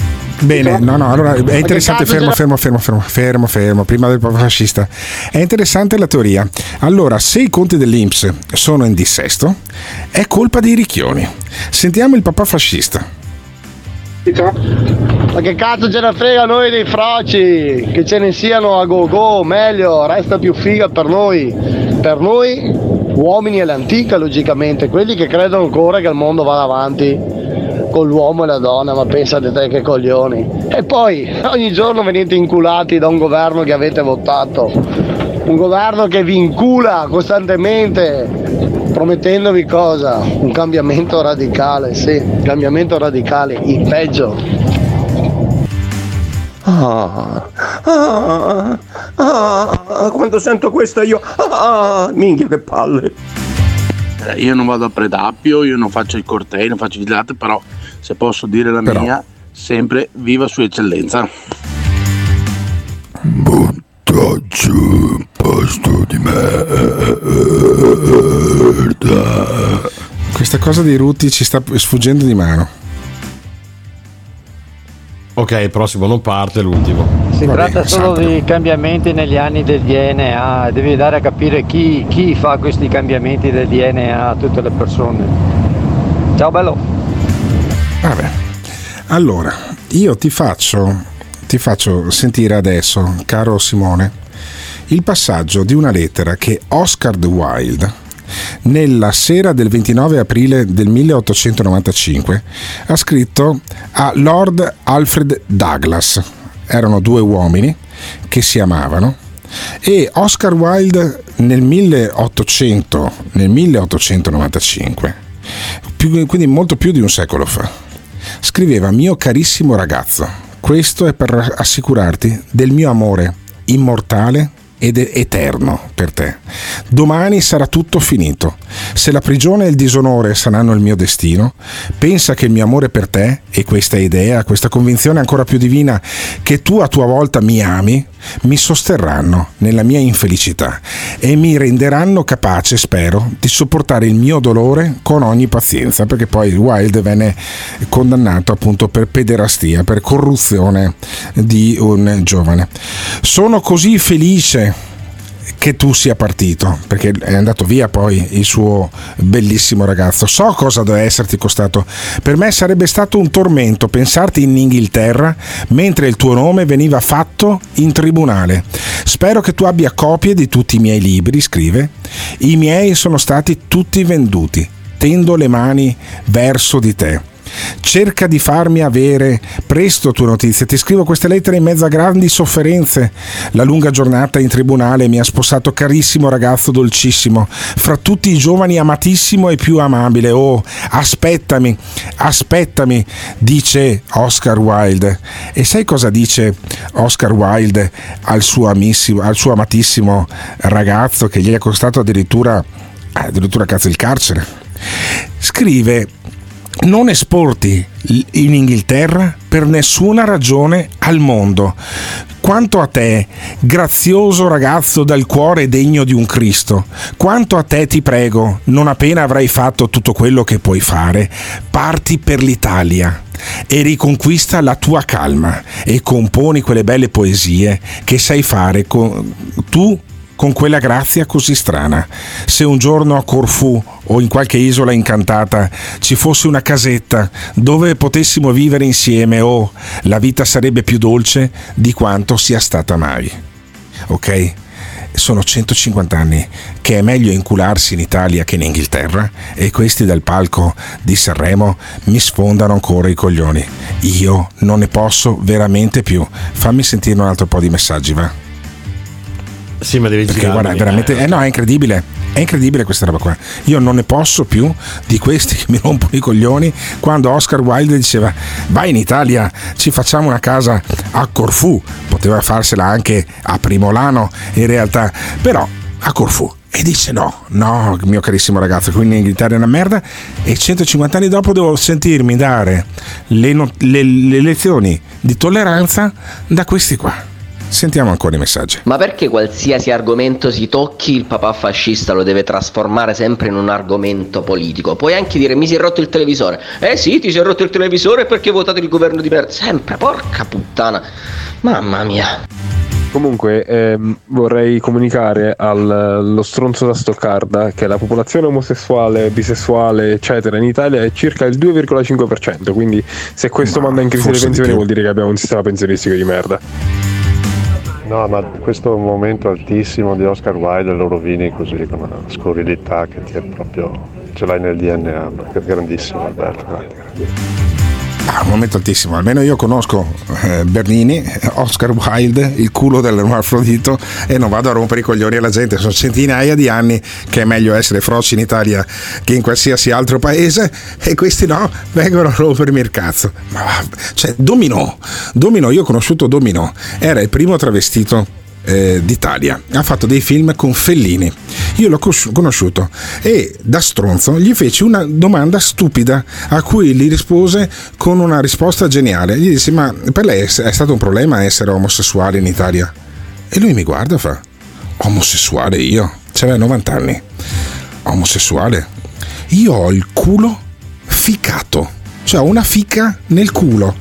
Bene, no, allora è interessante, fermo, prima del papa fascista. È interessante la teoria. Allora, se i conti dell'INPS sono in dissesto, è colpa dei ricchioni. Sentiamo il papà fascista.
Ma che cazzo ce ne frega noi dei froci? Che ce ne siano a go, meglio, resta più figa per noi. Per noi, uomini all'antica, logicamente, quelli che credono ancora che il mondo vada avanti con l'uomo e la donna, ma pensate te che coglioni. E poi ogni giorno venite inculati da un governo che avete votato, un governo che vi incula costantemente promettendovi cosa? Un cambiamento radicale, sì, un cambiamento radicale, in peggio.
Quando sento questo io minchia che palle.
Io non vado a Predappio, io non faccio i cortei, non faccio i latte, però se posso dire la mia, sempre viva sua eccellenza.
Butta giù un posto di merda. Questa cosa di Rutti ci sta sfuggendo di mano.
Ok, il prossimo non parte, l'ultimo.
Si tratta solo di cambiamenti negli anni del DNA, devi dare a capire chi fa questi cambiamenti del DNA a tutte le persone. Ciao bello.
Vabbè. Allora, io ti faccio sentire adesso, caro Simone, il passaggio di una lettera che Oscar Wilde nella sera del 29 aprile del 1895 ha scritto a Lord Alfred Douglas. Erano due uomini che si amavano e Oscar Wilde nel 1895, quindi molto più di un secolo fa, scriveva: mio carissimo ragazzo, questo è per assicurarti del mio amore immortale ed eterno per te. Domani sarà tutto finito. Se la prigione e il disonore saranno il mio destino, pensa che il mio amore per te e questa idea, questa convinzione ancora più divina che tu a tua volta mi ami, mi sosterranno nella mia infelicità e mi renderanno capace, spero, di sopportare il mio dolore con ogni pazienza, perché poi Wilde venne condannato appunto per pederastia, per corruzione di un giovane. Sono così felice che tu sia partito, perché è andato via poi il suo bellissimo ragazzo. So cosa deve esserti costato. Per me sarebbe stato un tormento pensarti in Inghilterra mentre il tuo nome veniva fatto in tribunale. Spero che tu abbia copie di tutti i miei libri, scrive. I miei sono stati tutti venduti. Tendo le mani verso di te. Cerca di farmi avere presto tue notizie. Ti scrivo queste lettere in mezzo a grandi sofferenze. La lunga giornata in tribunale mi ha sposato carissimo ragazzo dolcissimo, fra tutti i giovani amatissimo e più amabile. Oh, aspettami, dice Oscar Wilde. E sai cosa dice Oscar Wilde al suo amatissimo ragazzo, che gli è costato addirittura cazzo il carcere? Scrive: non esporti in Inghilterra per nessuna ragione al mondo. Quanto a te, grazioso ragazzo dal cuore degno di un Cristo, quanto a te ti prego, non appena avrai fatto tutto quello che puoi fare, parti per l'Italia e riconquista la tua calma e componi quelle belle poesie che sai fare tu con quella grazia così strana. Se un giorno a Corfù o in qualche isola incantata ci fosse una casetta dove potessimo vivere insieme, la vita sarebbe più dolce di quanto sia stata mai. Ok? Sono 150 anni che è meglio incularsi in Italia che in Inghilterra, e questi dal palco di Sanremo mi sfondano ancora i coglioni. Io non ne posso veramente più. Fammi sentire un altro po' di messaggi, va?
Sì, ma devi
girare. Guarda, veramente, no, è incredibile questa roba qua. Io non ne posso più di questi che mi rompono i coglioni. Quando Oscar Wilde diceva: vai in Italia, ci facciamo una casa a Corfù, poteva farsela anche a Primolano in realtà, però a Corfù. E dice no, mio carissimo ragazzo, qui in Inghilterra è una merda, e 150 anni dopo devo sentirmi dare le lezioni di tolleranza da questi qua. Sentiamo ancora i messaggi.
Ma perché qualsiasi argomento si tocchi il papà fascista lo deve trasformare sempre in un argomento politico? Puoi anche dire mi si è rotto il televisore. Sì, ti si è rotto il televisore perché hai votato il governo di Berlusconi. Sempre, porca puttana. Mamma mia.
Comunque vorrei comunicare allo stronzo da Stoccarda che la popolazione omosessuale, bisessuale eccetera in Italia è circa il 2,5%, quindi se questo manda in crisi le pensioni vuol dire che abbiamo un sistema pensionistico di merda.
No, ma questo momento altissimo di Oscar Wilde lo rovini così con una scurrilità che ti è proprio, ce l'hai nel DNA, perché è grandissimo Alberto, grande.
Un momento altissimo, almeno io conosco Bernini, Oscar Wilde, il culo dell'ermafrodito, e non vado a rompere i coglioni alla gente. Sono centinaia di anni che è meglio essere froci in Italia che in qualsiasi altro paese, e questi no, vengono a rompermi il cazzo. Cioè, Dominò, io ho conosciuto Dominò, era il primo travestito d'Italia, ha fatto dei film con Fellini, io l'ho conosciuto e da stronzo gli feci una domanda stupida a cui gli rispose con una risposta geniale. Gli dissi: ma per lei è stato un problema essere omosessuale in Italia? E lui mi guarda e fa: omosessuale io? C'aveva 90 anni. Omosessuale? Io ho il culo ficato, cioè ho una fica nel culo.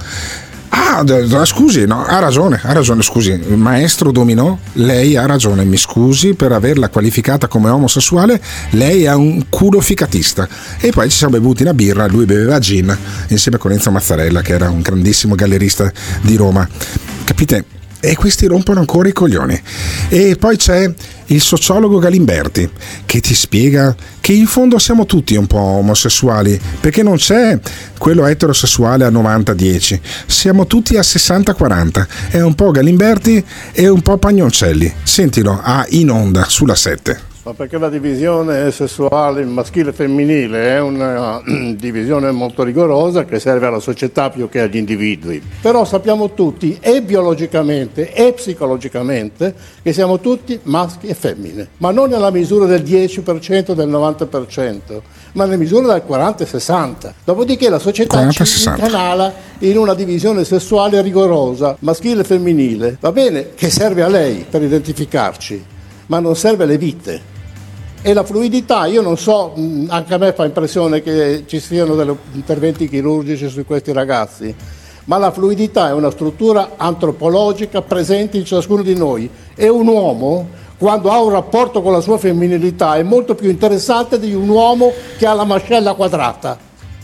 Scusi, no, ha ragione, scusi, maestro Dominò, lei ha ragione, mi scusi per averla qualificata come omosessuale, lei è un culo ficatista. E poi ci siamo bevuti una birra, lui beveva gin insieme con Enzo Mazzarella, che era un grandissimo gallerista di Roma, capite? E questi rompono ancora i coglioni. E poi c'è il sociologo Galimberti che ti spiega che in fondo siamo tutti un po' omosessuali, perché non c'è quello eterosessuale a 90-10, siamo tutti a 60-40. È un po' Galimberti e un po' Pagnoncelli. Sentilo In Onda sulla 7.
Ma perché la divisione sessuale maschile e femminile è una divisione molto rigorosa che serve alla società più che agli individui. Però sappiamo tutti, e biologicamente e psicologicamente, che siamo tutti maschi e femmine, ma non nella misura del 10%, del 90%, ma nella misura del 40-60%. Dopodiché la società ci incanala in una divisione sessuale rigorosa, maschile e femminile. Va bene che serve a lei per identificarci, ma non serve alle vite. E la fluidità, io non so, anche a me fa impressione che ci siano degli interventi chirurgici su questi ragazzi, ma la fluidità è una struttura antropologica presente in ciascuno di noi, e un uomo, quando ha un rapporto con la sua femminilità, è molto più interessante di un uomo che ha la mascella quadrata.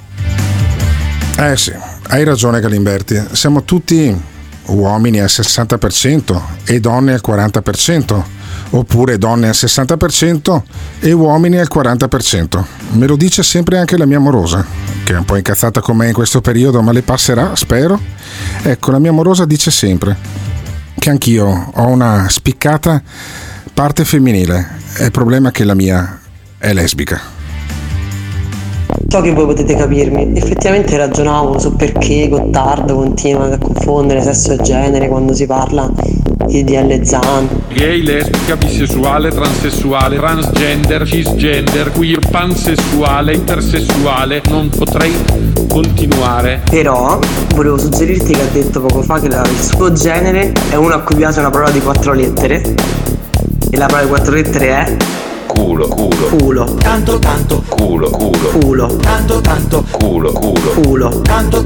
Sì, hai ragione Galimberti, siamo tutti uomini al 60% e donne al 40%, oppure donne al 60% e uomini al 40%. Me lo dice sempre anche la mia amorosa, che è un po' incazzata con me in questo periodo, ma le passerà, spero. Ecco, la mia amorosa dice sempre che anch'io ho una spiccata parte femminile. Il problema è che la mia è lesbica.
So che voi potete capirmi, effettivamente ragionavo su perché Gottardo continua a confondere sesso e genere quando si parla di DL Zan.
Gay, lesbica, bisessuale, transessuale, transgender, cisgender, queer, pansessuale, intersessuale, non potrei continuare.
Però volevo suggerirti che ha detto poco fa che il suo genere è uno a cui piace una parola di 4 lettere, e la parola di 4 lettere è
culo,
tanto
culo,
tanto
culo,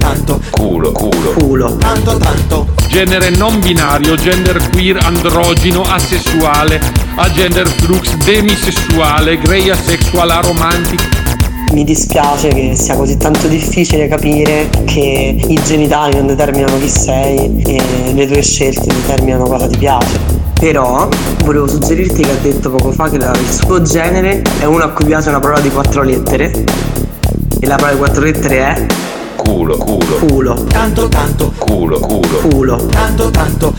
tanto
genere non binario, gender queer, androgino, asessuale, agender flux, demisessuale, grey asexual, aromantic.
Mi dispiace che sia così tanto difficile capire che i genitali non determinano chi sei e le tue scelte determinano cosa ti piace. Però volevo suggerirti che ha detto poco fa che il suo genere è uno a cui piace una parola di 4 lettere, e la parola di 4 lettere è
culo,
tanto
culo,
tanto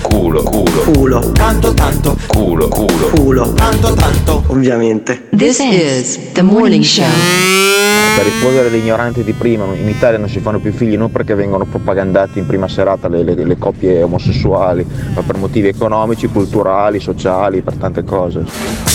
culo,
tanto ovviamente.
This is the morning show.
Per rispondere agli ignoranti di prima, in Italia non si fanno più figli non perché vengono propagandati in prima serata le coppie omosessuali, ma per motivi economici, culturali, sociali, per tante cose.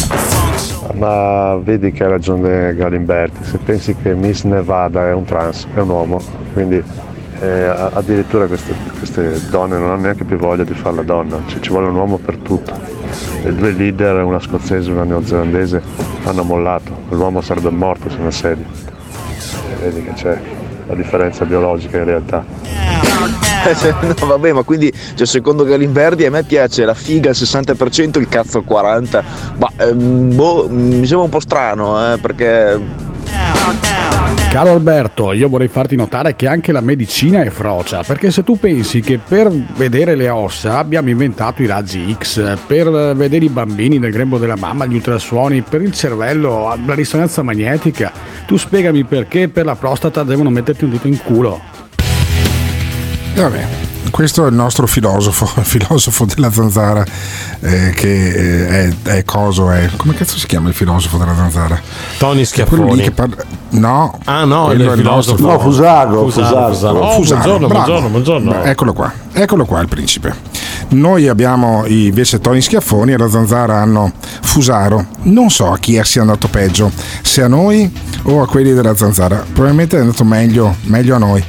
Ma vedi che ha ragione Galimberti, se pensi che Miss Nevada è un trans, è un uomo, quindi addirittura queste donne non hanno neanche più voglia di fare la donna, cioè, ci vuole un uomo per tutto. Le due leader, una scozzese e una neozelandese, hanno mollato, l'uomo sarebbe morto su una sedia. Vedi che c'è la differenza biologica in realtà.
No, vabbè, ma quindi secondo Galimberdi a me piace la figa al 60%, il cazzo al 40%, ma mi sembra un po' strano, perché...
Caro Alberto, io vorrei farti notare che anche la medicina è frocia, perché se tu pensi che per vedere le ossa abbiamo inventato i raggi X, per vedere i bambini nel grembo della mamma gli ultrasuoni, per il cervello la risonanza magnetica, tu spiegami perché per la prostata devono metterti un dito in culo.
Vabbè, questo è il nostro filosofo della zanzara, che è coso, è come cazzo si chiama il filosofo della zanzara?
Tony Schiaffoni.
No.
Ah no, il filosofo.
No,
Fusago.
Buongiorno. Eccolo qua il principe. Noi abbiamo invece Tony Schiaffoni e la zanzara hanno Fusaro. Non so a chi sia andato peggio, se a noi o a quelli della zanzara. Probabilmente è andato meglio a noi.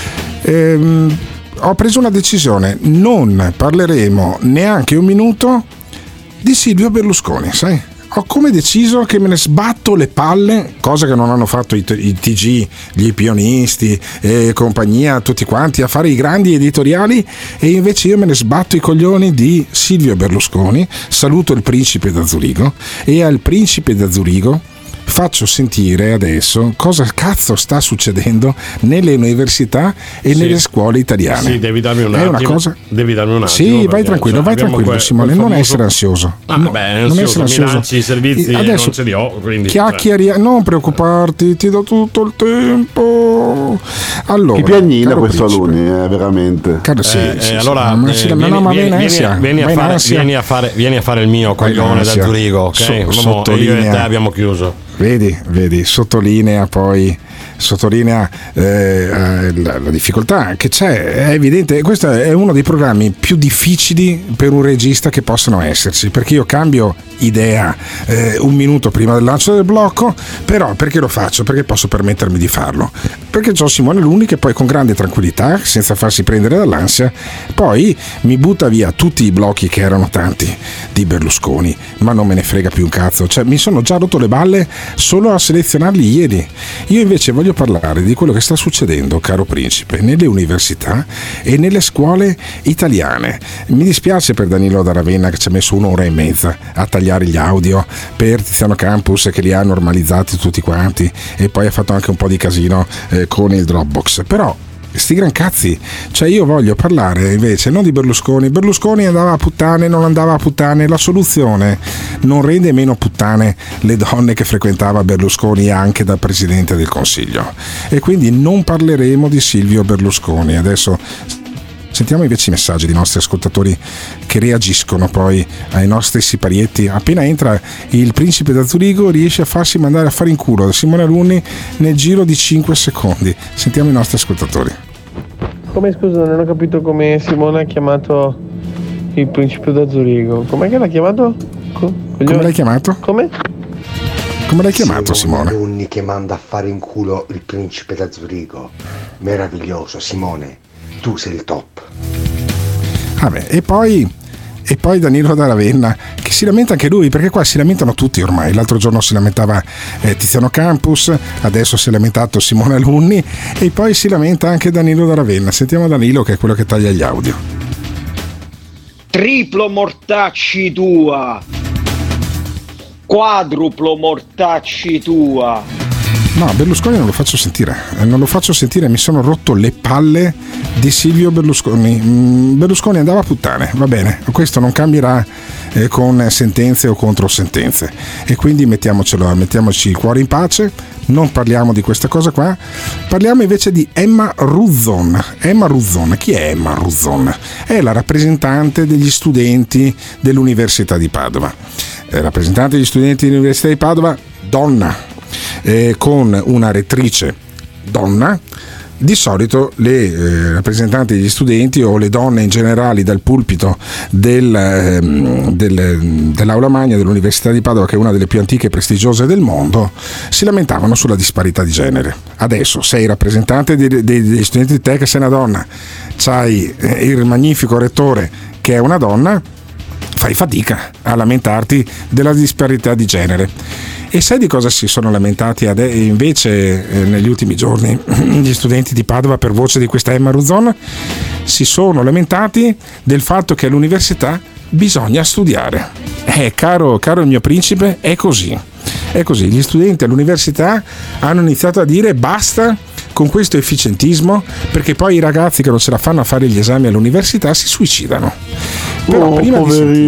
Ho preso una decisione, non parleremo neanche un minuto di Silvio Berlusconi, sai? Ho come deciso che me ne sbatto le palle, cosa che non hanno fatto i TG, gli pionisti e compagnia, tutti quanti, a fare i grandi editoriali, e invece io me ne sbatto i coglioni di Silvio Berlusconi. Saluto il principe da Zurigo, e al principe da Zurigo faccio sentire adesso cosa cazzo sta succedendo nelle università e nelle scuole italiane.
Sì, devi darmi un attimo.
È una cosa...
Devi darmi un attimo.
Sì, vai tranquillo, Simone, non essere ansioso.
Non essere ansioso. Mi lanci i servizi adesso, non ce li ho, quindi
non preoccuparti, ti do tutto il tempo. Allora,
che piagnina questo Alunni, veramente.
Allora vieni a fare il mio coglione da Zurigo, ok? Io e te abbiamo chiuso.
Vedi, sottolinea la difficoltà che c'è, è evidente. Questo è uno dei programmi più difficili per un regista che possano esserci, perché io cambio idea un minuto prima del lancio del blocco, però perché lo faccio? Perché posso permettermi di farlo, perché c'ho Simone Alunni che poi con grande tranquillità, senza farsi prendere dall'ansia, poi mi butta via tutti i blocchi che erano tanti di Berlusconi, ma non me ne frega più un cazzo, cioè mi sono già rotto le balle solo a selezionarli ieri. Io invece voglio parlare di quello che sta succedendo, caro principe, nelle università e nelle scuole italiane. Mi dispiace per Danilo da Ravenna che ci ha messo 1 ora e mezza a tagliare gli audio, per Tiziano Campus che li ha normalizzati tutti quanti e poi ha fatto anche un po' di casino con il Dropbox, però sti gran cazzi, cioè io voglio parlare invece non di Berlusconi andava a puttane, non andava a puttane, la soluzione non rende meno puttane le donne che frequentava Berlusconi anche da Presidente del Consiglio, e quindi non parleremo di Silvio Berlusconi. Adesso sentiamo invece i messaggi dei nostri ascoltatori che reagiscono poi ai nostri siparietti. Appena entra il principe da Zurigo riesce a farsi mandare a fare in culo da Simone Alunni nel giro di 5 secondi. Sentiamo i nostri ascoltatori.
Come, scusa, non ho capito come Simone ha chiamato il principe da Zurigo. Com'è che l'ha chiamato?
Come l'hai chiamato?
Come
l'hai chiamato, Simone?
Alunni che manda a fare in culo il principe da Zurigo. Meraviglioso, Simone. Tu sei il top.
Vabbè, e poi Danilo da Ravenna che si lamenta anche lui, perché qua si lamentano tutti ormai. L'altro giorno si lamentava Tiziano Campus, adesso si è lamentato Simone Alunni e poi si lamenta anche Danilo da Ravenna. Sentiamo Danilo, che è quello che taglia gli audio.
Triplo mortacci tua, quadruplo mortacci tua.
No, Berlusconi non lo faccio sentire, mi sono rotto le palle di Silvio Berlusconi. Berlusconi andava a puttane, va bene, questo non cambierà con sentenze o controsentenze, e quindi mettiamoci il cuore in pace, non parliamo di questa cosa qua, parliamo invece di Emma Ruzzon. Chi è Emma Ruzzon? È la rappresentante degli studenti dell'Università di Padova, donna, con una rettrice donna, di solito le rappresentanti degli studenti o le donne in generale dal pulpito dell'Aula Magna dell'Università di Padova, che è una delle più antiche e prestigiose del mondo, si lamentavano sulla disparità di genere. Adesso sei rappresentante degli studenti di te che sei una donna, c'hai il magnifico rettore che è una donna, fai fatica a lamentarti della disparità di genere. E sai di cosa si sono lamentati invece negli ultimi giorni gli studenti di Padova per voce di questa Emma Ruzzon? Si sono lamentati del fatto che all'università bisogna studiare. Caro il mio principe, è così. È così. Gli studenti all'università hanno iniziato a dire basta con questo efficientismo, perché poi i ragazzi che non ce la fanno a fare gli esami all'università si suicidano. Però prima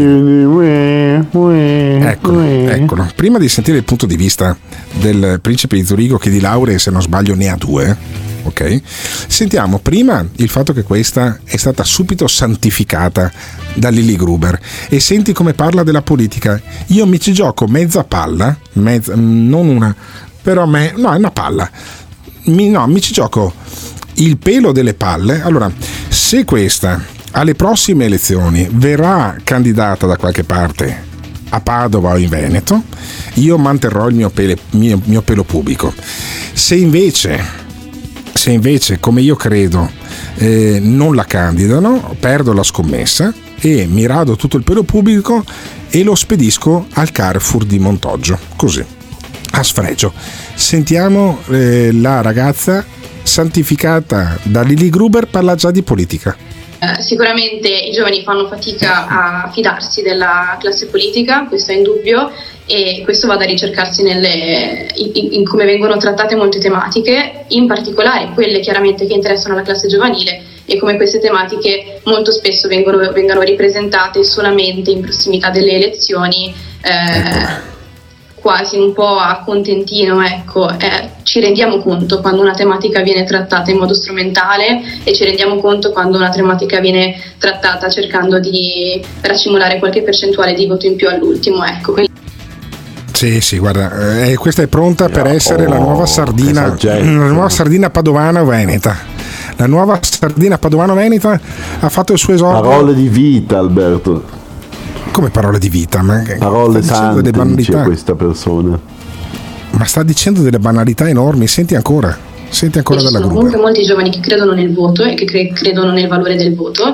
eccolo. Prima di sentire il punto di vista del principe di Zurigo, che di lauree, se non sbaglio, ne ha 2, ok? Sentiamo prima il fatto che questa è stata subito santificata da Lily Gruber, e senti come parla della politica. Io mi ci gioco mezza palla, non una, però è una palla. Mi ci gioco il pelo delle palle. Allora, se questa alle prossime elezioni verrà candidata da qualche parte a Padova o in Veneto, io manterrò il mio pelo pubblico. Se invece, come io credo, non la candidano, perdo la scommessa e mi rado tutto il pelo pubblico e lo spedisco al Carrefour di Montoggio, così, a sfregio. Sentiamo la ragazza santificata da Lily Gruber parla già di politica.
Sicuramente i giovani fanno fatica a fidarsi della classe politica, questo è indubbio, e questo va da ricercarsi in come vengono trattate molte tematiche, in particolare quelle chiaramente che interessano la classe giovanile, e come queste tematiche molto spesso vengano ripresentate solamente in prossimità delle elezioni, quasi un po' a contentino, ecco. Ci rendiamo conto quando una tematica viene trattata in modo strumentale, e ci rendiamo conto quando una tematica viene trattata cercando di racimolare qualche percentuale di voto in più all'ultimo, ecco.
Sì, guarda, questa è pronta per essere la nuova sardina padovana o veneta. La nuova sardina padovano-veneta ha fatto il suo esordio.
Parole di vita, Alberto.
Come parole di vita?
Parole tante, dice questa persona.
Ma sta dicendo delle banalità enormi. Senti ancora dalla Gruber.
Ci sono comunque molti giovani che credono nel voto e che credono nel valore del voto.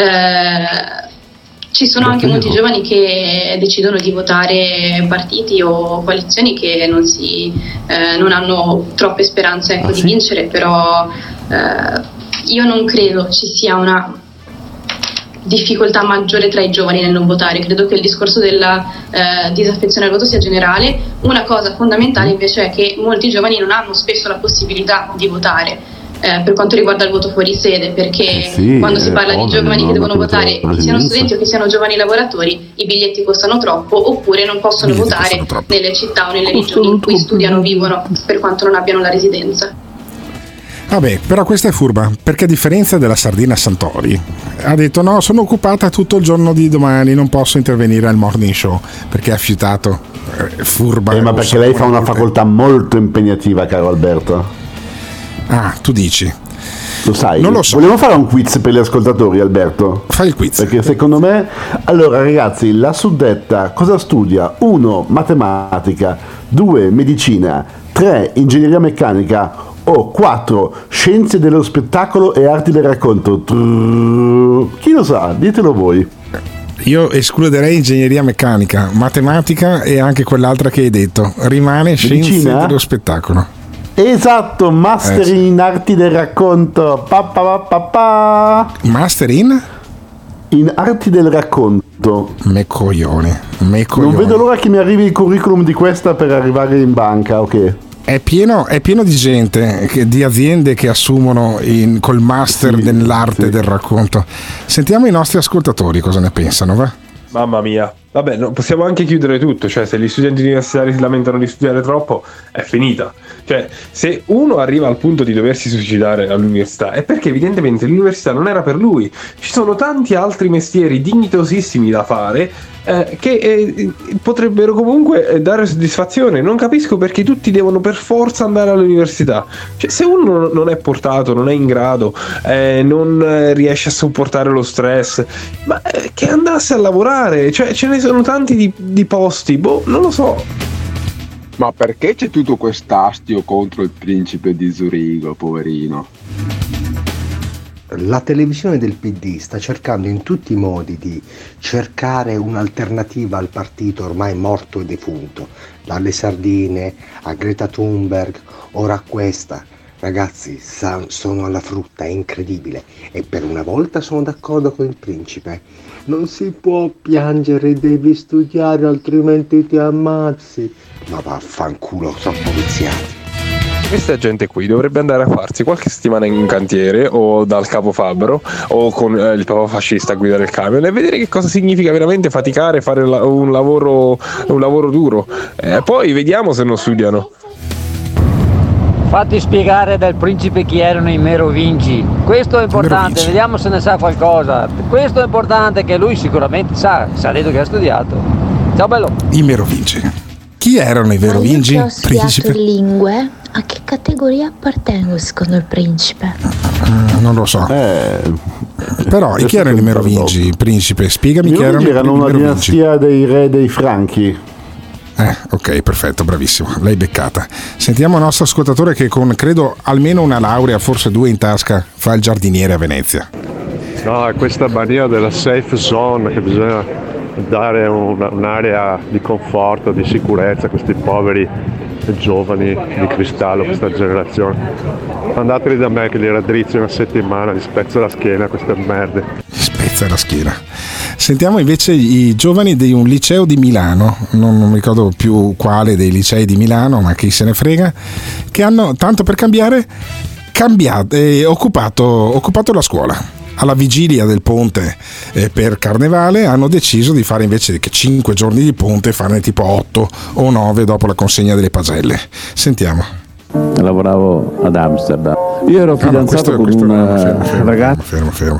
Ci sono anche molti giovani che decidono di votare partiti o coalizioni che non hanno troppe speranze di vincere, però io non credo ci sia una difficoltà maggiore tra i giovani nel non votare. Credo che il discorso della disaffezione al voto sia generale. Una cosa fondamentale invece è che molti giovani non hanno spesso la possibilità di votare per quanto riguarda il voto fuori sede, perché quando si parla di giovani che devono votare, che siano studenti o che siano giovani lavoratori, i biglietti costano troppo, oppure non possono votare nelle città o nelle regioni in cui studiano o vivono, per quanto non abbiano la residenza.
Vabbè, però questa è furba, perché a differenza della sardina Santori ha detto no, sono occupata tutto il giorno di domani, non posso intervenire al morning show, perché ha fiutato. Furba.
Ma perché lei fa una facoltà molto impegnativa, caro Alberto.
Ah, tu dici.
Lo sai,
non lo so.
Vogliamo fare un quiz per gli ascoltatori, Alberto?
Fai il quiz.
Perché secondo me, allora ragazzi, la suddetta cosa studia? 1. Matematica, 2. Medicina, 3. Ingegneria meccanica o 4. Scienze dello spettacolo e arti del racconto. Chi lo sa? Ditelo voi.
Io escluderei ingegneria meccanica, matematica e anche quell'altra che hai detto. Rimane scienze dello spettacolo.
Esatto, master in arti del racconto.
Master in
arti del racconto.
Me coglione.
Non vedo l'ora che mi arrivi il curriculum di questa per arrivare in banca, ok?
È pieno di gente, di aziende che assumono col master nell'arte del racconto. Sentiamo i nostri ascoltatori cosa ne pensano, va?
Mamma mia, Vabbè, no, possiamo anche chiudere tutto, cioè se gli studenti universitari si lamentano di studiare troppo è finita. Cioè, se uno arriva al punto di doversi suicidare all'università è perché evidentemente l'università non era per lui. Ci sono tanti altri mestieri dignitosissimi da fare che potrebbero comunque dare soddisfazione. Non capisco perché tutti devono per forza andare all'università. Cioè, se uno non è portato, non è in grado, non riesce a sopportare lo stress, ma che andasse a lavorare. Cioè, ce ne sono tanti di posti, non lo so.
Ma perché c'è tutto quest'astio contro il principe di Zurigo, poverino?
La televisione del PD sta cercando in tutti i modi di cercare un'alternativa al partito ormai morto e defunto, dalle sardine a Greta Thunberg, ora a questa. Ragazzi, sono alla frutta, è incredibile, e per una volta sono d'accordo con il principe. Non si può piangere, devi studiare altrimenti ti ammazzi. Ma vaffanculo, sono poliziati.
Questa gente qui dovrebbe andare a farsi qualche settimana in cantiere o dal capo fabbro o con il papà fascista a guidare il camion e vedere che cosa significa veramente faticare, fare un lavoro duro. Poi vediamo se non studiano.
Fatti spiegare dal principe chi erano i Merovingi. Questo è importante, vediamo se ne sa qualcosa. Questo è importante, che lui sicuramente sa detto che ha studiato. Ciao bello.
I Merovingi. Chi erano i Merovingi?
Io ho studiato lingue, a che categoria appartengo secondo il principe?
Non lo so. Però chi erano i Merovingi, principe? Spiegami chi erano.
Erano una dinastia dei re dei Franchi.
Ok, perfetto, bravissimo, l'hai beccata. Sentiamo il nostro ascoltatore che con, credo, almeno una laurea, forse 2 in tasca, fa il giardiniere a Venezia.
No, è questa mania della safe zone, che bisogna dare un'area di conforto, di sicurezza a questi poveri giovani di cristallo, questa generazione. Andateli da me che li raddrizzo una settimana, gli spezzo la schiena a queste merde.
Spezza la schiena. Sentiamo invece i giovani di un liceo di Milano, non mi ricordo più quale dei licei di Milano, ma chi se ne frega, che hanno, tanto per cambiare, occupato la scuola. Alla vigilia del ponte per Carnevale hanno deciso di fare, invece che 5 giorni di ponte, farne tipo 8 o 9 dopo la consegna delle pagelle. Sentiamo.
Lavoravo ad Amsterdam. Io ero fidanzato con una ragazza.
Fermo.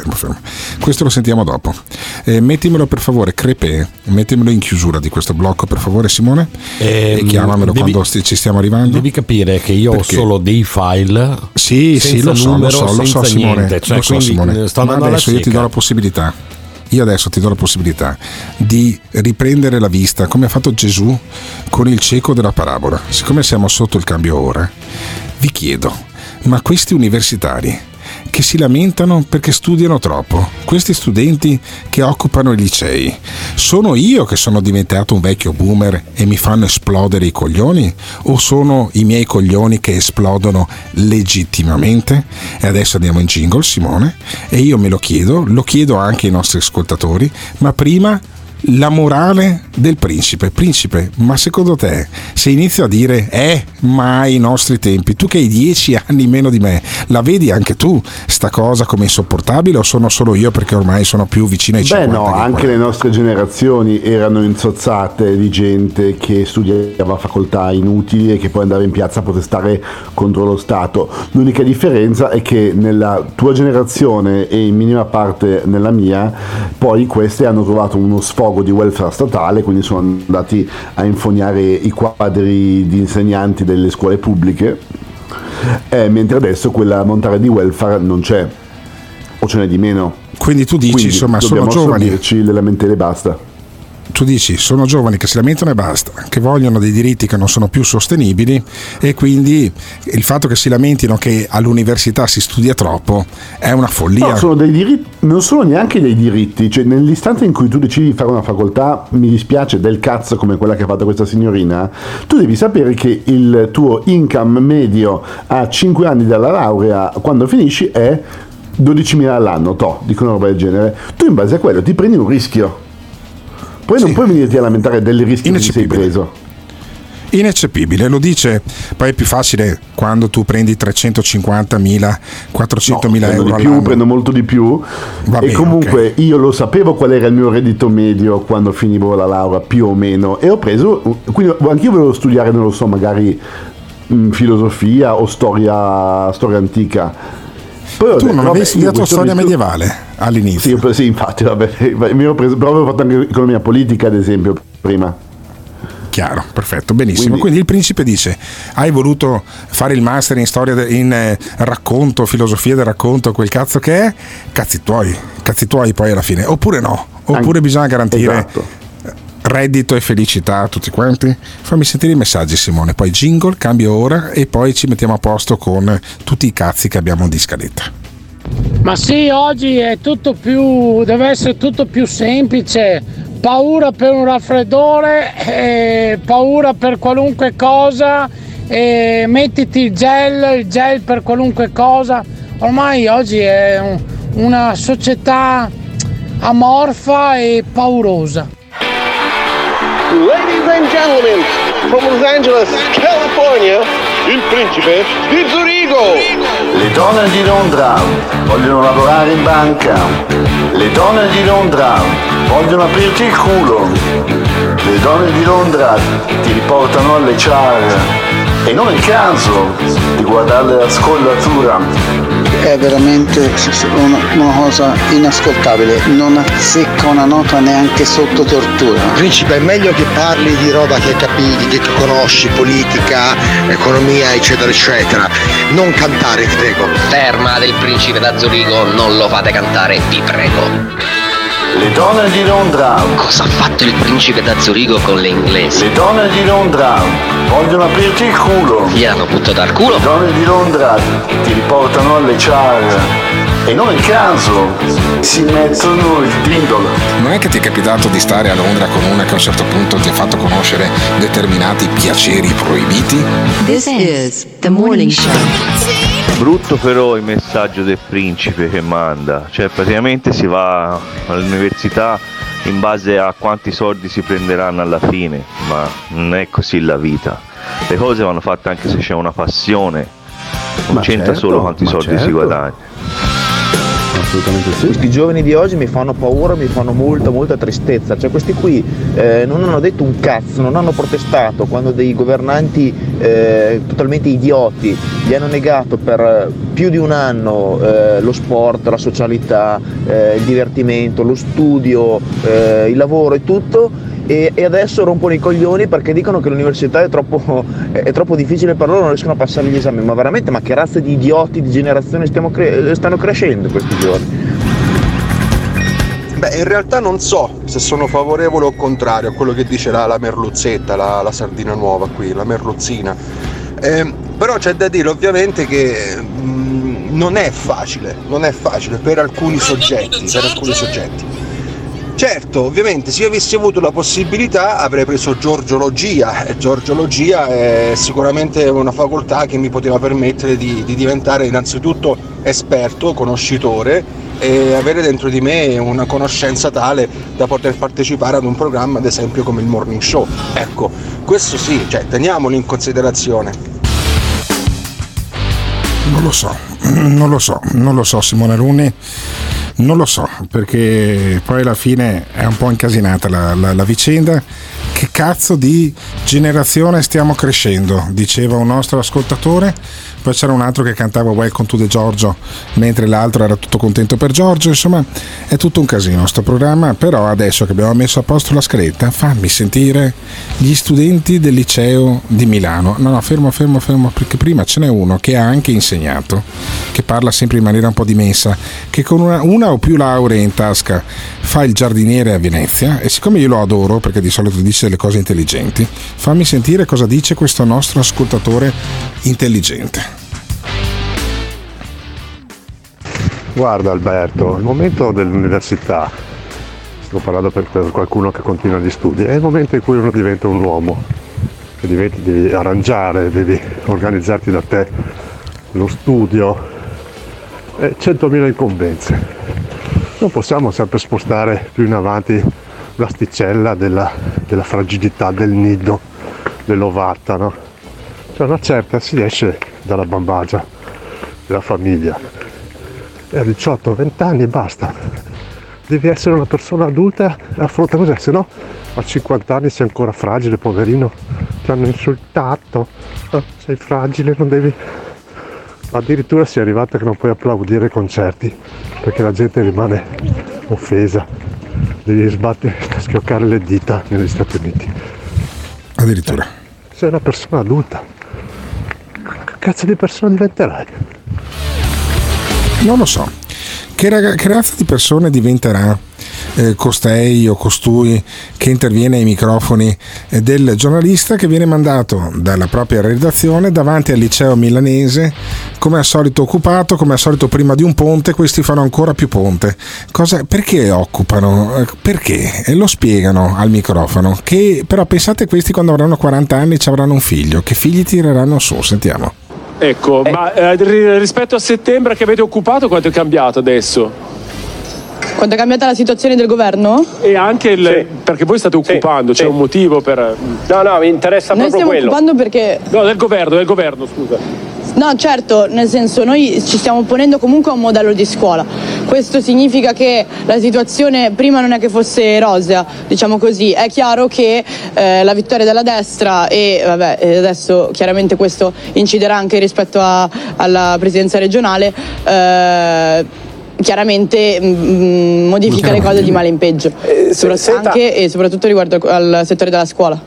Questo lo sentiamo dopo. Mettimelo per favore, Crepè, mettimelo in chiusura di questo blocco per favore, Simone, e chiamamelo quando ci stiamo arrivando.
Devi capire che io ho solo dei file.
Sì, lo so Simone.
Niente, cioè,
lo so Simone. Ma adesso io ti do la possibilità. Io adesso ti do la possibilità di riprendere la vista come ha fatto Gesù con il cieco della parabola. Siccome siamo sotto il cambio ora, vi chiedo, ma questi universitari che si lamentano perché studiano troppo, questi studenti che occupano i licei, sono io che sono diventato un vecchio boomer e mi fanno esplodere i coglioni, o sono i miei coglioni che esplodono legittimamente? E adesso andiamo in jingle, Simone, e io me lo chiedo anche ai nostri ascoltatori, ma prima la morale del principe. Principe, ma secondo te, se inizio a dire ma ai nostri tempi, tu che hai 10 anni meno di me, la vedi anche tu sta cosa come insopportabile, o sono solo io perché ormai sono più vicino ai 50?
No, anche le nostre generazioni erano insozzate di gente che studiava facoltà inutili e che poi andava in piazza a protestare contro lo Stato. L'unica differenza è che nella tua generazione e in minima parte nella mia, poi queste hanno trovato uno sfogo di welfare statale, quindi sono andati a infoniare i quadri di insegnanti delle scuole pubbliche, mentre adesso quella montare di welfare non c'è, o ce n'è di meno.
Quindi tu dici, insomma, sono giovani,
le lamentele e basta.
Tu dici, sono giovani che si lamentano e basta, che vogliono dei diritti che non sono più sostenibili, e quindi il fatto che si lamentino che all'università si studia troppo è una follia.
No, sono dei diritti, non sono neanche dei diritti, cioè nell'istante in cui tu decidi di fare una facoltà, mi dispiace, del cazzo come quella che ha fatto questa signorina, tu devi sapere che il tuo income medio a 5 anni dalla laurea, quando finisci, è 12.000 all'anno, dico una roba del genere. Tu in base a quello ti prendi un rischio. Poi non puoi venirti a lamentare del rischio che ti sei preso.
ineccepibile. Lo dice, poi è più facile quando tu prendi 350.000, 400.000 euro all'anno.
Prendo molto di più.
Va
e
bene,
comunque
okay.
Io lo sapevo qual era il mio reddito medio quando finivo la laurea, più o meno, e ho preso, quindi anch'io volevo studiare, non lo so, magari filosofia o storia antica. Poi
tu non avevi studiato storia medievale all'inizio?
Sì, infatti, mi ero preso, però avevo fatto anche economia politica, ad esempio, prima.
Chiaro, perfetto, benissimo. Quindi il principe dice: hai voluto fare il master in storia, in racconto, filosofia del racconto, quel cazzo che è, cazzi tuoi poi alla fine, oppure no, oppure bisogna garantire reddito e felicità a tutti quanti. Fammi sentire i messaggi, Simone, poi jingle, cambio ora e poi ci mettiamo a posto con tutti i cazzi che abbiamo di scaletta.
Ma sì, oggi è deve essere tutto più semplice. Paura per un raffreddore, paura per qualunque cosa, mettiti il gel per qualunque cosa. Ormai oggi è una società amorfa e paurosa.
Ladies and gentlemen, from Los Angeles, California, il principe di Zurigo.
Le donne di Londra vogliono lavorare in banca. Le donne di Londra vogliono aprirti il culo. Le donne di Londra ti riportano alle char. E non è il caso di guardare la scollatura.
È veramente una cosa inascoltabile, non azzecca una nota neanche sotto tortura.
Principe, è meglio che parli di roba che capisci, che conosci, politica, economia, eccetera, eccetera. Non cantare, ti prego.
Terma del principe da Zurigo, non lo fate cantare, vi prego.
Le donne di Londra.
Cosa ha fatto il principe da Zurigo con le inglesi?
Le donne di Londra vogliono aprirti il culo.
Gli hanno buttato al culo.
Le donne di Londra ti riportano alle char. E non è il caso, si mettono il dindolo.
Non è che ti è capitato di stare a Londra con una che a un certo punto ti ha fatto conoscere determinati piaceri proibiti?
This is the morning show.
Brutto però il messaggio del principe che manda, cioè praticamente si va all'università in base a quanti soldi si prenderanno alla fine, ma non è così la vita, le cose vanno fatte anche se c'è una passione, non c'entra solo quanti soldi si guadagna.
Assolutamente sì. Questi giovani di oggi mi fanno paura, mi fanno molta tristezza, cioè questi qui non hanno detto un cazzo, non hanno protestato quando dei governanti totalmente idioti gli hanno negato per più di un anno lo sport, la socialità, il divertimento, lo studio, il lavoro e tutto. E adesso rompono i coglioni perché dicono che l'università è troppo difficile per loro, non riescono a passare gli esami. Ma veramente, ma che razza di idioti di generazione stanno crescendo questi giorni?
Beh, in realtà non so se sono favorevole o contrario a quello che dice la merluzzetta, la sardina nuova qui, la merluzzina. Però c'è da dire ovviamente che non è facile per alcuni soggetti. Certo, ovviamente se io avessi avuto la possibilità avrei preso Giorgiologia, e Giorgiologia è sicuramente una facoltà che mi poteva permettere di diventare innanzitutto esperto, conoscitore e avere dentro di me una conoscenza tale da poter partecipare ad un programma ad esempio come il Morning Show. Ecco, questo sì, cioè teniamolo in considerazione.
Non lo so Simone Alunni, non lo so, perché poi alla fine è un po' incasinata la vicenda. Che cazzo di generazione stiamo crescendo, diceva un nostro ascoltatore. Poi c'era un altro che cantava Welcome to the Giorgio, mentre l'altro era tutto contento per Giorgio. Insomma, è tutto un casino sto programma. Però adesso che abbiamo messo a posto la scaletta, fammi sentire gli studenti del liceo di Milano. No, fermo, perché prima ce n'è uno che ha anche insegnato, che parla sempre in maniera un po' dimensa, che con una o più lauree in tasca fa il giardiniere a Venezia. E siccome io lo adoro perché di solito dice delle cose intelligenti, fammi sentire cosa dice questo nostro ascoltatore intelligente.
Guarda Alberto, il momento dell'università, sto parlando per qualcuno che continua gli studi, è il momento in cui uno diventa un uomo, che devi arrangiare, devi organizzarti da te lo studio, 100.000 incombenze. Non possiamo sempre spostare più in avanti l'asticella della fragilità del nido l'ovata, no? Cioè una certa si esce dalla bambagia della famiglia e a 18-20 anni basta, devi essere una persona adulta e affronta cos'è, se no a 50 anni sei ancora fragile, poverino, ti hanno insultato, sei fragile, non devi... Addirittura si è arrivata che non puoi applaudire ai concerti perché la gente rimane offesa, devi schioccare le dita negli Stati Uniti.
Addirittura.
Sei una persona adulta, che cazzo di persona diventerai?
Non lo so. Che razza di persone diventerà costei o costui che interviene ai microfoni del giornalista che viene mandato dalla propria redazione davanti al liceo milanese, come al solito occupato, come al solito prima di un ponte, questi fanno ancora più ponte. Perché occupano? Perché? E lo spiegano al microfono, che però pensate questi quando avranno 40 anni ci avranno un figlio, che figli tireranno su, sentiamo.
Ecco, ma rispetto a settembre che avete occupato, quanto è cambiato adesso?
Quanto è cambiata la situazione del governo?
E anche perché voi state occupando, c'è un motivo per...
No, mi interessa proprio quello. Noi stiamo occupando perché...
No, del governo, scusa.
No, certo, nel senso noi ci stiamo opponendo comunque a un modello di scuola. Questo significa che la situazione prima non è che fosse rosea, diciamo così. È chiaro che la vittoria della destra e adesso chiaramente questo inciderà anche rispetto alla presidenza regionale, chiaramente modifica le cose di male in peggio, anche e soprattutto riguardo al settore della scuola.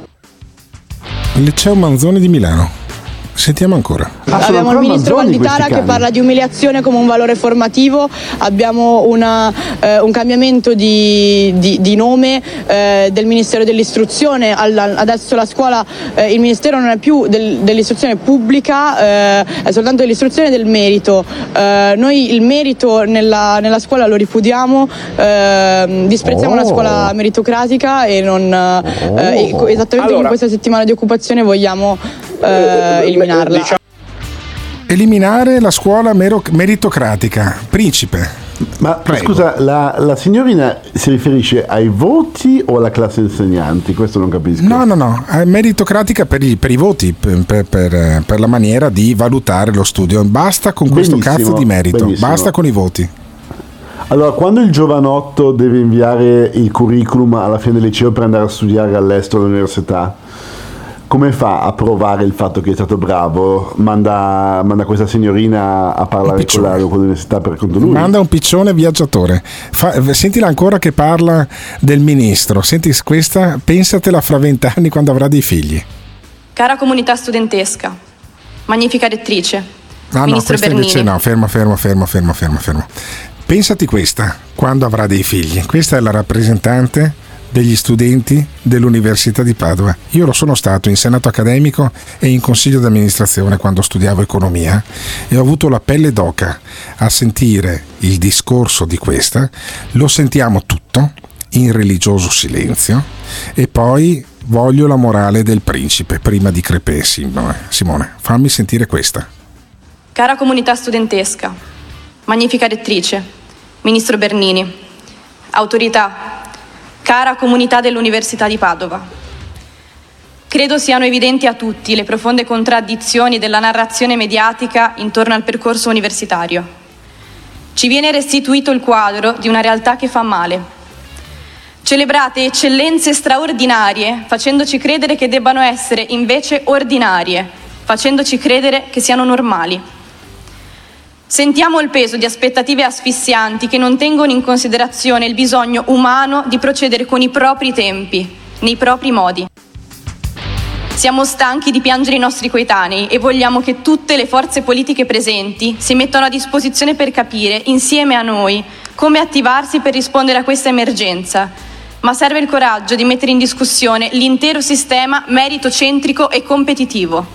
Liceo Manzoni di Milano. Sentiamo ancora.
Abbiamo il ministro Valditara che parla di umiliazione come un valore formativo, abbiamo un cambiamento di nome del Ministero dell'istruzione, adesso la scuola, il ministero non è più dell'istruzione pubblica, è soltanto dell'istruzione del merito. Noi il merito nella scuola lo ripudiamo, disprezziamo una scuola meritocratica e non esattamente in questa settimana di occupazione vogliamo eliminarla.
Eliminare la scuola meritocratica. Principe.
Ma scusa, la signorina si riferisce ai voti o alla classe insegnanti? Questo non capisco.
No, è meritocratica per i voti, per la maniera di valutare lo studio. Basta con questo cazzo di merito, basta con i voti.
Allora, quando il giovanotto deve inviare il curriculum alla fine del liceo per andare a studiare all'estero all'università, come fa a provare il fatto che è stato bravo? Manda questa signorina a parlare con l'università per conto lui?
Manda un piccione viaggiatore. Sentila ancora che parla del ministro. Senti questa, pensatela fra 20 anni quando avrà dei figli.
Cara comunità studentesca, magnifica rettrice,
ministro Bernini. Invece no, fermo. Pensati questa quando avrà dei figli. Questa è la rappresentante degli studenti dell'Università di Padova. Io lo sono stato in senato accademico e in consiglio d'amministrazione quando studiavo economia e ho avuto la pelle d'oca a sentire il discorso di questa. Lo sentiamo tutto in religioso silenzio e poi voglio la morale del principe prima di crepè. Simone, fammi sentire questa.
Cara comunità studentesca, magnifica rettrice, ministro Bernini, autorità, cara comunità dell'Università di Padova. Credo siano evidenti a tutti le profonde contraddizioni della narrazione mediatica intorno al percorso universitario. Ci viene restituito il quadro di una realtà che fa male. Celebrate eccellenze straordinarie facendoci credere che debbano essere invece ordinarie, facendoci credere che siano normali. Sentiamo il peso di aspettative asfissianti che non tengono in considerazione il bisogno umano di procedere con i propri tempi, nei propri modi. Siamo stanchi di piangere i nostri coetanei e vogliamo che tutte le forze politiche presenti si mettano a disposizione per capire, insieme a noi, come attivarsi per rispondere a questa emergenza. Ma serve il coraggio di mettere in discussione l'intero sistema meritocentrico e competitivo.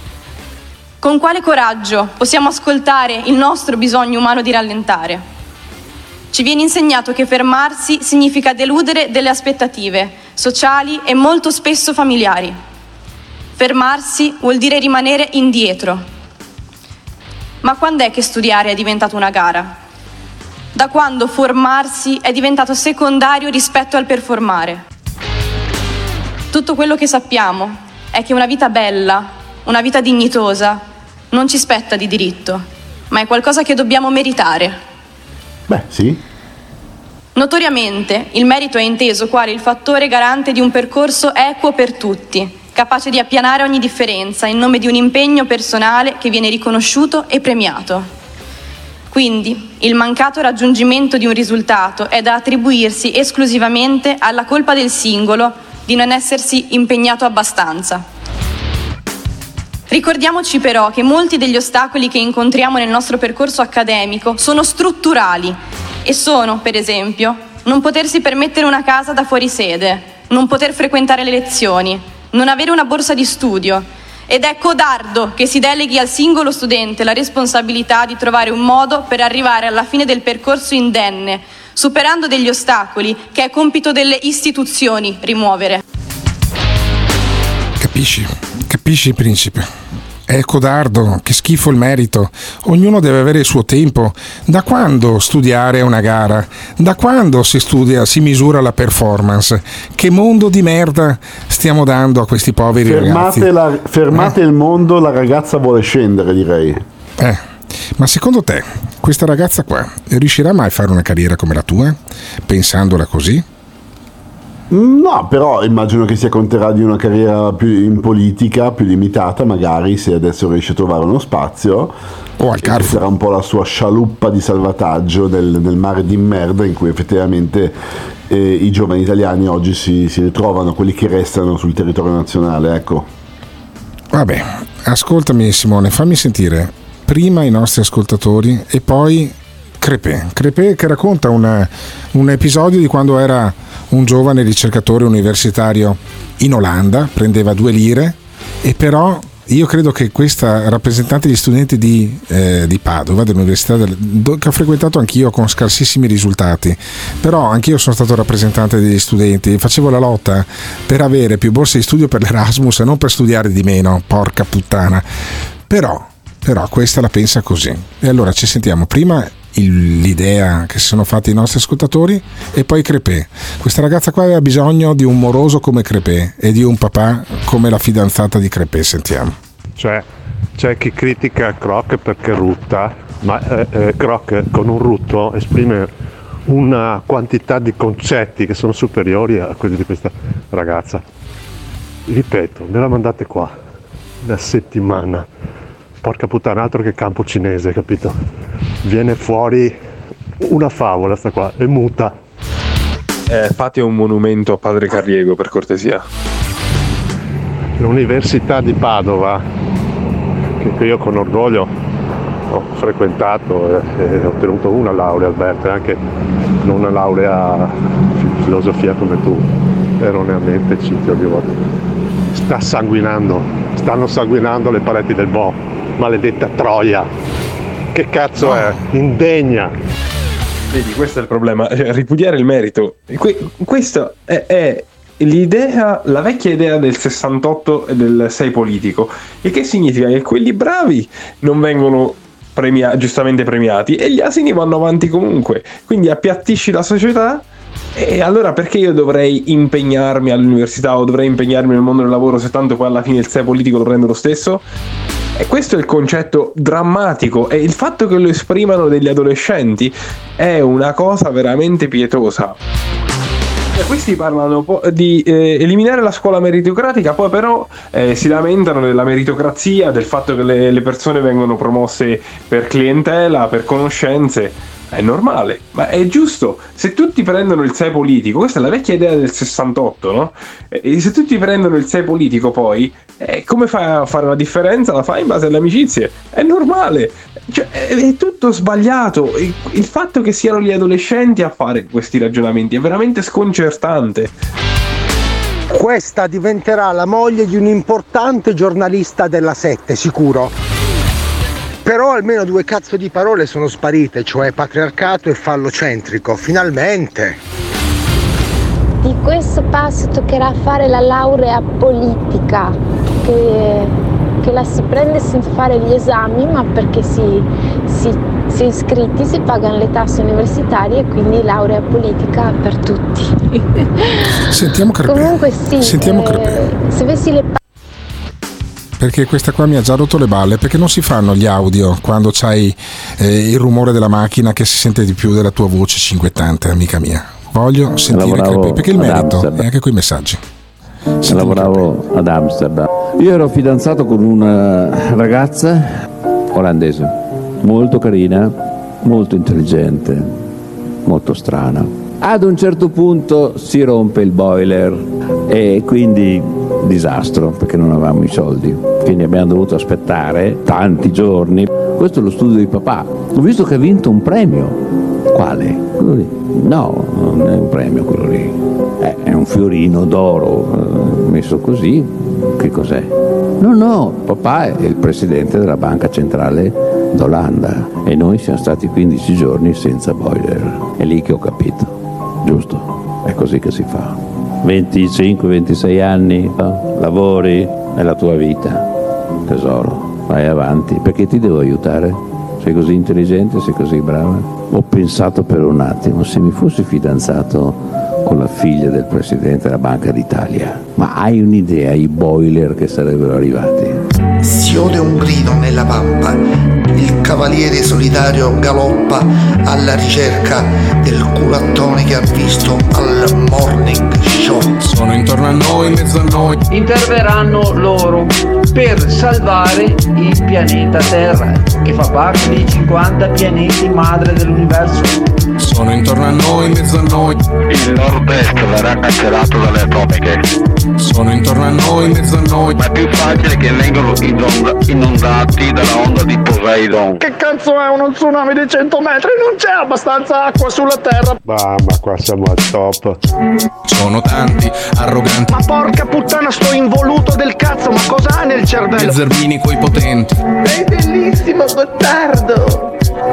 Con quale coraggio possiamo ascoltare il nostro bisogno umano di rallentare? Ci viene insegnato che fermarsi significa deludere delle aspettative sociali e molto spesso familiari. Fermarsi vuol dire rimanere indietro. Ma quando è che studiare è diventato una gara? Da quando formarsi è diventato secondario rispetto al performare? Tutto quello che sappiamo è
è che una vita bella, una vita dignitosa, non ci spetta di diritto, ma è qualcosa che dobbiamo meritare.
Beh, sì.
Notoriamente, il merito è inteso quale il fattore garante di un percorso equo per tutti, capace di appianare ogni differenza in nome di un impegno personale che viene riconosciuto e premiato. Quindi, il mancato raggiungimento di un risultato è da attribuirsi esclusivamente alla colpa del singolo di non essersi impegnato abbastanza. Ricordiamoci però che molti degli ostacoli che incontriamo nel nostro percorso accademico sono strutturali e sono, per esempio, non potersi permettere una casa da fuori sede, non poter frequentare le lezioni, non avere una borsa di studio. Ed è codardo che si deleghi al singolo studente la responsabilità di trovare un modo per arrivare alla fine del percorso indenne, superando degli ostacoli che è compito delle istituzioni rimuovere.
Capisci, principe? È codardo, che schifo il merito. Ognuno deve avere il suo tempo. Da quando studiare è una gara? Da quando si studia, si misura la performance? Che mondo di merda stiamo dando a questi poveri ragazzi?
Fermate il mondo, la ragazza vuole scendere, direi.
Ma secondo te, questa ragazza qua riuscirà mai a fare una carriera come la tua? Pensandola così?
No, però immagino che si acconterà di una carriera più in politica, più limitata, magari, se adesso riesce a trovare uno spazio.
O al Carrefour.
Sarà un po' la sua scialuppa di salvataggio nel mare di merda in cui effettivamente i giovani italiani oggi si ritrovano, quelli che restano sul territorio nazionale, ecco.
Vabbè, ascoltami Simone, fammi sentire prima i nostri ascoltatori e poi Crepè che racconta un episodio di quando era un giovane ricercatore universitario in Olanda, prendeva 2 lire e però io credo che questa rappresentante degli studenti di Padova, dell'università che ho frequentato anch'io con scarsissimi risultati, però anch'io sono stato rappresentante degli studenti, facevo la lotta per avere più borse di studio per l'Erasmus e non per studiare di meno, porca puttana, però questa la pensa così. E allora ci sentiamo prima l'idea che si sono fatti i nostri ascoltatori e poi Crepè. Questa ragazza qua aveva bisogno di un moroso come Crepè e di un papà come la fidanzata di Crepè. Sentiamo.
C'è chi critica Croc perché rutta, ma Croc con un rutto esprime una quantità di concetti che sono superiori a quelli di questa ragazza. Ripeto, me la mandate qua una settimana, porca puttana, altro che campo cinese, capito? Viene fuori una favola sta qua, è muta.
Fate un monumento a Padre Carriego, per cortesia.
L'Università di Padova, che io con orgoglio ho frequentato e ho ottenuto una laurea, Alberto, e anche non una laurea in filosofia come tu erroneamente citi ogni volta. Stanno sanguinando le pareti del Bo, maledetta Troia. Che cazzo è? Indegna.
Vedi, questo è il problema, ripudiare il merito. Questa è l'idea, la vecchia idea del 68 e del 6 politico, il che significa che quelli bravi non vengono giustamente premiati e gli asini vanno avanti comunque, quindi appiattisci la società. E allora perché io dovrei impegnarmi all'università o dovrei impegnarmi nel mondo del lavoro se tanto poi alla fine il 6 politico lo prendo lo stesso? E questo è il concetto drammatico, e il fatto che lo esprimano degli adolescenti è una cosa veramente pietosa. Questi parlano di eliminare la scuola meritocratica, poi però si lamentano della meritocrazia, del fatto che le persone vengono promosse per clientela, per conoscenze. È normale, ma è giusto. Se tutti prendono il 6 politico, questa è la vecchia idea del 68, no? E se tutti prendono il 6 politico, poi come fai a fare la differenza? La fai in base alle amicizie, è normale, cioè, è tutto sbagliato. Il fatto che siano gli adolescenti a fare questi ragionamenti è veramente sconcertante.
Questa diventerà la moglie di un importante giornalista della 7, sicuro. Però almeno 2 cazzo di parole sono sparite, cioè patriarcato e fallocentrico, finalmente.
Di questo passo toccherà fare la laurea politica, che la si prende senza fare gli esami, ma perché si è iscritti, si pagano le tasse universitarie e quindi laurea politica per tutti.
Sentiamo Crepè.
Comunque sì,
Sentiamo Crepè.
se avessi le
perché questa qua mi ha già rotto le balle, perché non si fanno gli audio quando c'hai il rumore della macchina che si sente di più della tua voce cinquettante, amica mia. Voglio sentire perché il merito è anche quei messaggi.
Lavoravo ad Amsterdam. Io ero fidanzato con una ragazza olandese, molto carina, molto intelligente, molto strana. Ad un certo punto si rompe il boiler e quindi disastro, perché non avevamo i soldi, quindi abbiamo dovuto aspettare tanti giorni. Questo è lo studio di papà. Ho visto che ha vinto un premio. Quale? Quello lì? No, non è un premio quello lì, è un fiorino d'oro messo così. Che cos'è? No, papà è il presidente della banca centrale d'Olanda e noi siamo stati 15 giorni senza boiler. È lì che ho capito, giusto? È così che si fa. 25-26 anni, lavori, è la tua vita, tesoro, vai avanti, perché ti devo aiutare? Sei così intelligente, sei così brava. Ho pensato per un attimo, se mi fossi fidanzato con la figlia del presidente della Banca d'Italia, ma hai un'idea i boiler che sarebbero arrivati?
Si ode un grido nella pampa, il cavaliere solitario galoppa alla ricerca del culattone che ha visto al morning show.
Sono intorno a noi, in mezzo a noi.
Interverranno loro per salvare il pianeta Terra, che fa parte dei 50 pianeti madre dell'universo.
Sono intorno a noi, in mezzo a noi.
Il nord-est verrà cancellato dalle atomiche.
Sono intorno a noi, in mezzo a noi.
Ma è più facile che vengano inondati dalla onda di Poseidon.
Che cazzo è uno tsunami di 100 metri? Non c'è abbastanza acqua sulla Terra.
Ma qua siamo al top.
Sono tanti, arroganti.
Ma porca puttana, sto involuto del cazzo, ma cosa ha nel cervello?
Gli zerbini coi potenti.
È bellissimo, Gottardo.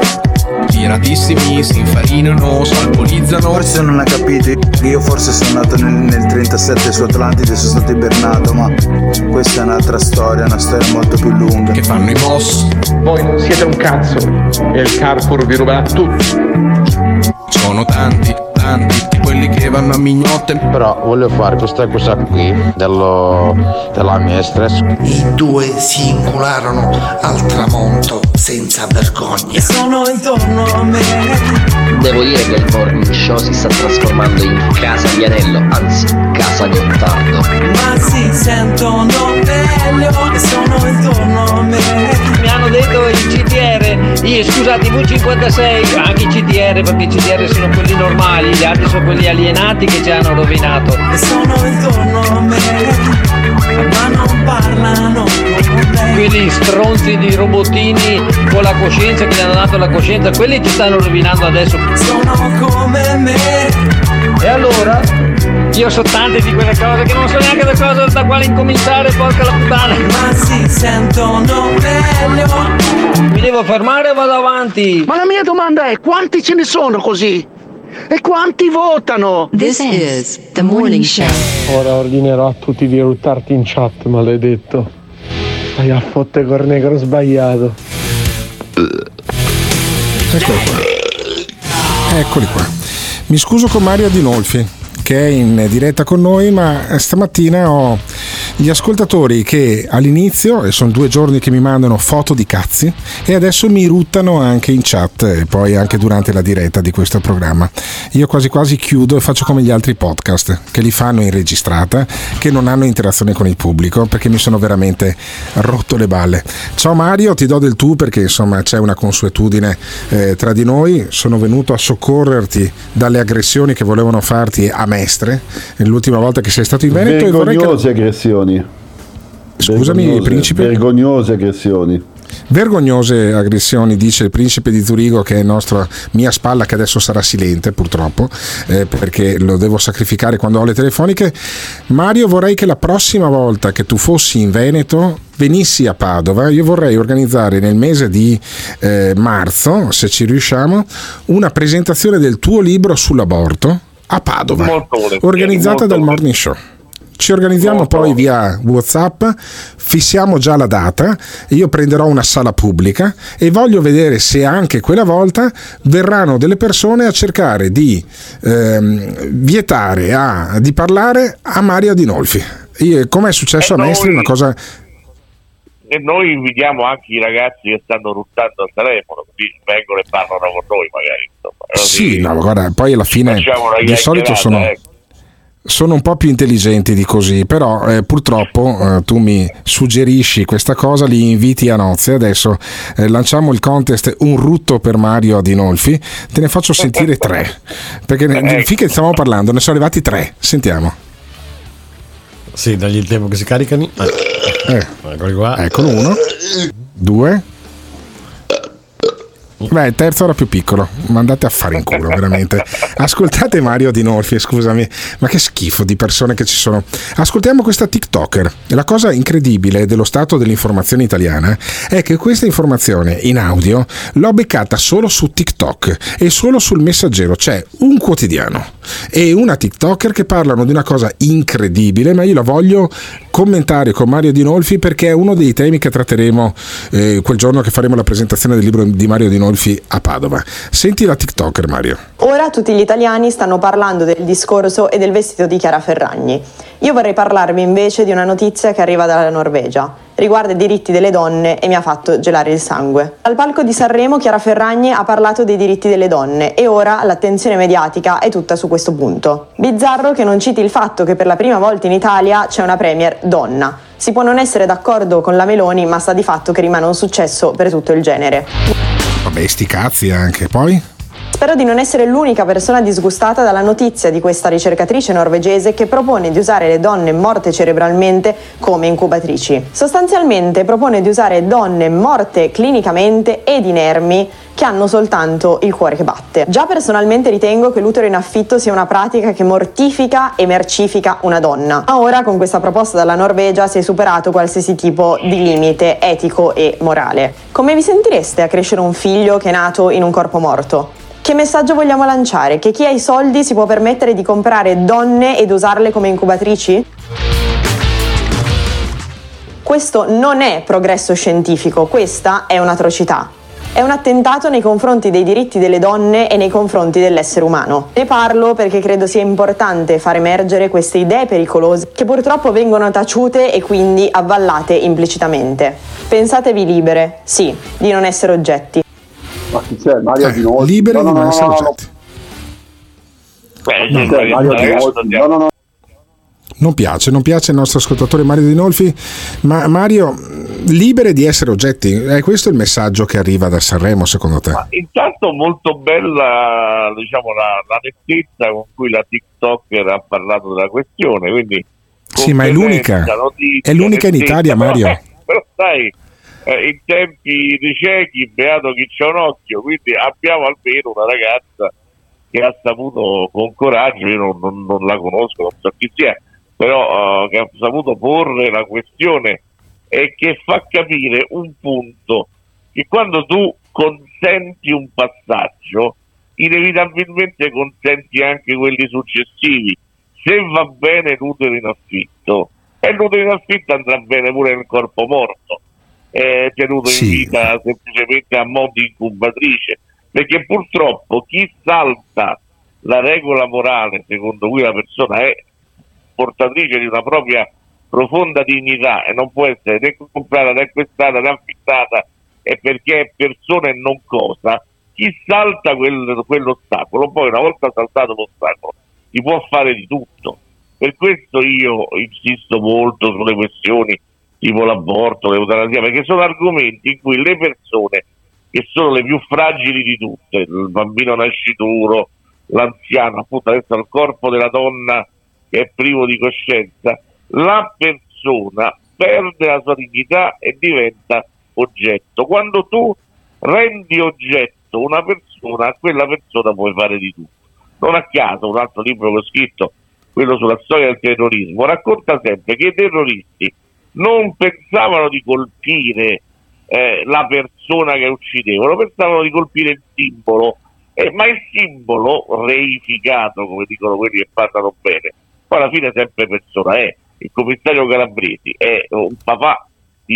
Tiratissimi, si infarinano, salpolizzano.
Forse non ha capito, io forse sono nato nel 37 su Atlantide, sono stato ibernato, ma questa è un'altra storia, una storia molto più lunga.
Che fanno i boss?
Voi non siete un cazzo e il Carrefour vi ruberà tutto.
Sono tanti, di quelli che vanno a mignotte.
Però voglio fare questa cosa qui della mia stress.
I due si incularono al tramonto senza vergogna.
Sono intorno a me.
Devo dire che il morning show si sta trasformando in casa Vianello, anzi casa Gottardo.
Ma si sentono meglio e sono intorno a me. Mi hanno detto il CDR, scusate, V56, anche i CDR, perché i CDR sono quelli normali, gli altri sono quelli alienati che ci hanno rovinato. E sono intorno a me, ma non parlano con me. Quelli stronzi di robottini con la coscienza, che gli hanno dato la coscienza, quelli ci stanno rovinando adesso. Sono come me. E allora? Io so tante di quelle cose che non so neanche da quale incominciare, porca la puttana. Ma si sentono meglio. Mi devo fermare o vado avanti? Ma la mia domanda è: quanti ce ne sono così? E quanti votano?
This is the morning show.
Ora ordinerò a tutti di ruttarti in chat, maledetto. Stai a fotte col negro sbagliato.
Eccoli qua. Mi scuso con Mario Adinolfi, che è in diretta con noi, ma stamattina ho gli ascoltatori che all'inizio, e sono 2 giorni che mi mandano foto di cazzi, e adesso mi ruttano anche in chat e poi anche durante la diretta di questo programma. Io quasi quasi chiudo e faccio come gli altri podcast che li fanno in registrata, che non hanno interazione con il pubblico, perché mi sono veramente rotto le balle. Ciao Mario, ti do del tu perché insomma c'è una consuetudine tra di noi. Sono venuto a soccorrerti dalle aggressioni che volevano farti a Mestre l'ultima volta che sei stato in Veneto.
Vergognose aggressioni.
Scusami, principe.
Vergognose aggressioni.
Vergognose aggressioni, dice il principe di Zurigo, che è nostra mia spalla, che adesso sarà silente purtroppo, perché lo devo sacrificare quando ho le telefoniche. Mario, vorrei che la prossima volta che tu fossi in Veneto venissi a Padova. Io vorrei organizzare nel mese di marzo, se ci riusciamo, una presentazione del tuo libro sull'aborto a Padova, organizzata dal Morning Show. Ci organizziamo poi via WhatsApp, fissiamo già la data, io prenderò una sala pubblica e voglio vedere se anche quella volta verranno delle persone a cercare di vietare di parlare a Mario Adinolfi. Come è successo a Mestre, una cosa...
e noi invitiamo anche i ragazzi che stanno ruttando al telefono, così vengono e parlano con noi magari, insomma.
Sì, no, guarda, poi alla fine di solito sono un po' più intelligenti di così, però purtroppo tu mi suggerisci questa cosa, li inviti a nozze. Adesso lanciamo il contest Un rutto per Mario Adinolfi, te ne faccio sentire 3, perché finché stiamo parlando ne sono arrivati 3, sentiamo.
Sì, dagli il tempo che si caricano. Eccoli qua.
Eccolo, 1, 2. Beh, il terzo era più piccolo, ma andate a fare in culo, veramente. Ascoltate Mario Adinolfi, scusami, ma che schifo di persone che ci sono. Ascoltiamo questa TikToker. La cosa incredibile dello stato dell'informazione italiana è che questa informazione in audio l'ho beccata solo su TikTok e solo sul Messaggero. C'è un quotidiano e una TikToker che parlano di una cosa incredibile, ma io la voglio commentare con Mario Adinolfi perché è uno dei temi che tratteremo quel giorno che faremo la presentazione del libro di Mario Adinolfi a Padova. Senti la TikToker, Mario.
Ora tutti gli italiani stanno parlando del discorso e del vestito di Chiara Ferragni. Io vorrei parlarvi invece di una notizia che arriva dalla Norvegia. Riguarda i diritti delle donne e mi ha fatto gelare il sangue. Al palco di Sanremo Chiara Ferragni ha parlato dei diritti delle donne e ora l'attenzione mediatica è tutta su questo punto. Bizzarro che non citi il fatto che per la prima volta in Italia c'è una premier donna. Si può non essere d'accordo con la Meloni, ma sta di fatto che rimane un successo per tutto il genere.
Vabbè, sti cazzi anche, poi?
Spero di non essere l'unica persona disgustata dalla notizia di questa ricercatrice norvegese che propone di usare le donne morte cerebralmente come incubatrici. Sostanzialmente propone di usare donne morte clinicamente ed inermi che hanno soltanto il cuore che batte. Già personalmente ritengo che l'utero in affitto sia una pratica che mortifica e mercifica una donna. Ma ora con questa proposta dalla Norvegia si è superato qualsiasi tipo di limite etico e morale. Come vi sentireste a crescere un figlio che è nato in un corpo morto? Che messaggio vogliamo lanciare? Che chi ha i soldi si può permettere di comprare donne ed usarle come incubatrici? Questo non è progresso scientifico, questa è un'atrocità. È un attentato nei confronti dei diritti delle donne e nei confronti dell'essere umano. Ne parlo perché credo sia importante far emergere queste idee pericolose che purtroppo vengono taciute e quindi avvallate implicitamente. Pensatevi libere, sì, di non essere oggetti.
Ma chi c'è? Mario Adinolfi?
Liberi di non essere oggetti.
Mario Adinolfi? No.
Non piace il nostro ascoltatore Mario Adinolfi, ma Mario, libere di essere oggetti, è questo il messaggio che arriva da Sanremo secondo te?
Ma intanto molto bella, diciamo, la nettezza con cui la TikToker ha parlato della questione, quindi
sì, ma è l'unica in Italia, Mario.
Però sai, in tempi di ciechi beato chi c'ha un occhio, quindi abbiamo almeno una ragazza che ha saputo con coraggio, io non la conosco, non so chi sia, però che ha saputo porre la questione e che fa capire un punto, che quando tu consenti un passaggio inevitabilmente consenti anche quelli successivi. Se va bene l'utero in affitto, e l'utero in affitto andrà bene pure nel corpo morto, tenuto in vita semplicemente a mo' di incubatrice, perché purtroppo chi salta la regola morale secondo cui la persona è portatrice di una propria profonda dignità e non può essere né comprata né acquistata né affittata, e perché è persona e non cosa, chi salta quell'ostacolo, poi una volta saltato l'ostacolo si può fare di tutto. Per questo io insisto molto sulle questioni tipo l'aborto, l'eutanasia, perché sono argomenti in cui le persone che sono le più fragili di tutte, il bambino nascituro, l'anziano, appunto adesso il corpo della donna che è privo di coscienza, la persona perde la sua dignità e diventa oggetto. Quando tu rendi oggetto una persona, a quella persona puoi fare di tutto. Non a caso un altro libro che ho scritto, quello sulla storia del terrorismo, racconta sempre che i terroristi non pensavano di colpire la persona che uccidevano, pensavano di colpire il simbolo, ma il simbolo reificato, come dicono quelli che parlano bene, poi alla fine sempre persona è. Il commissario Calabresi è un papà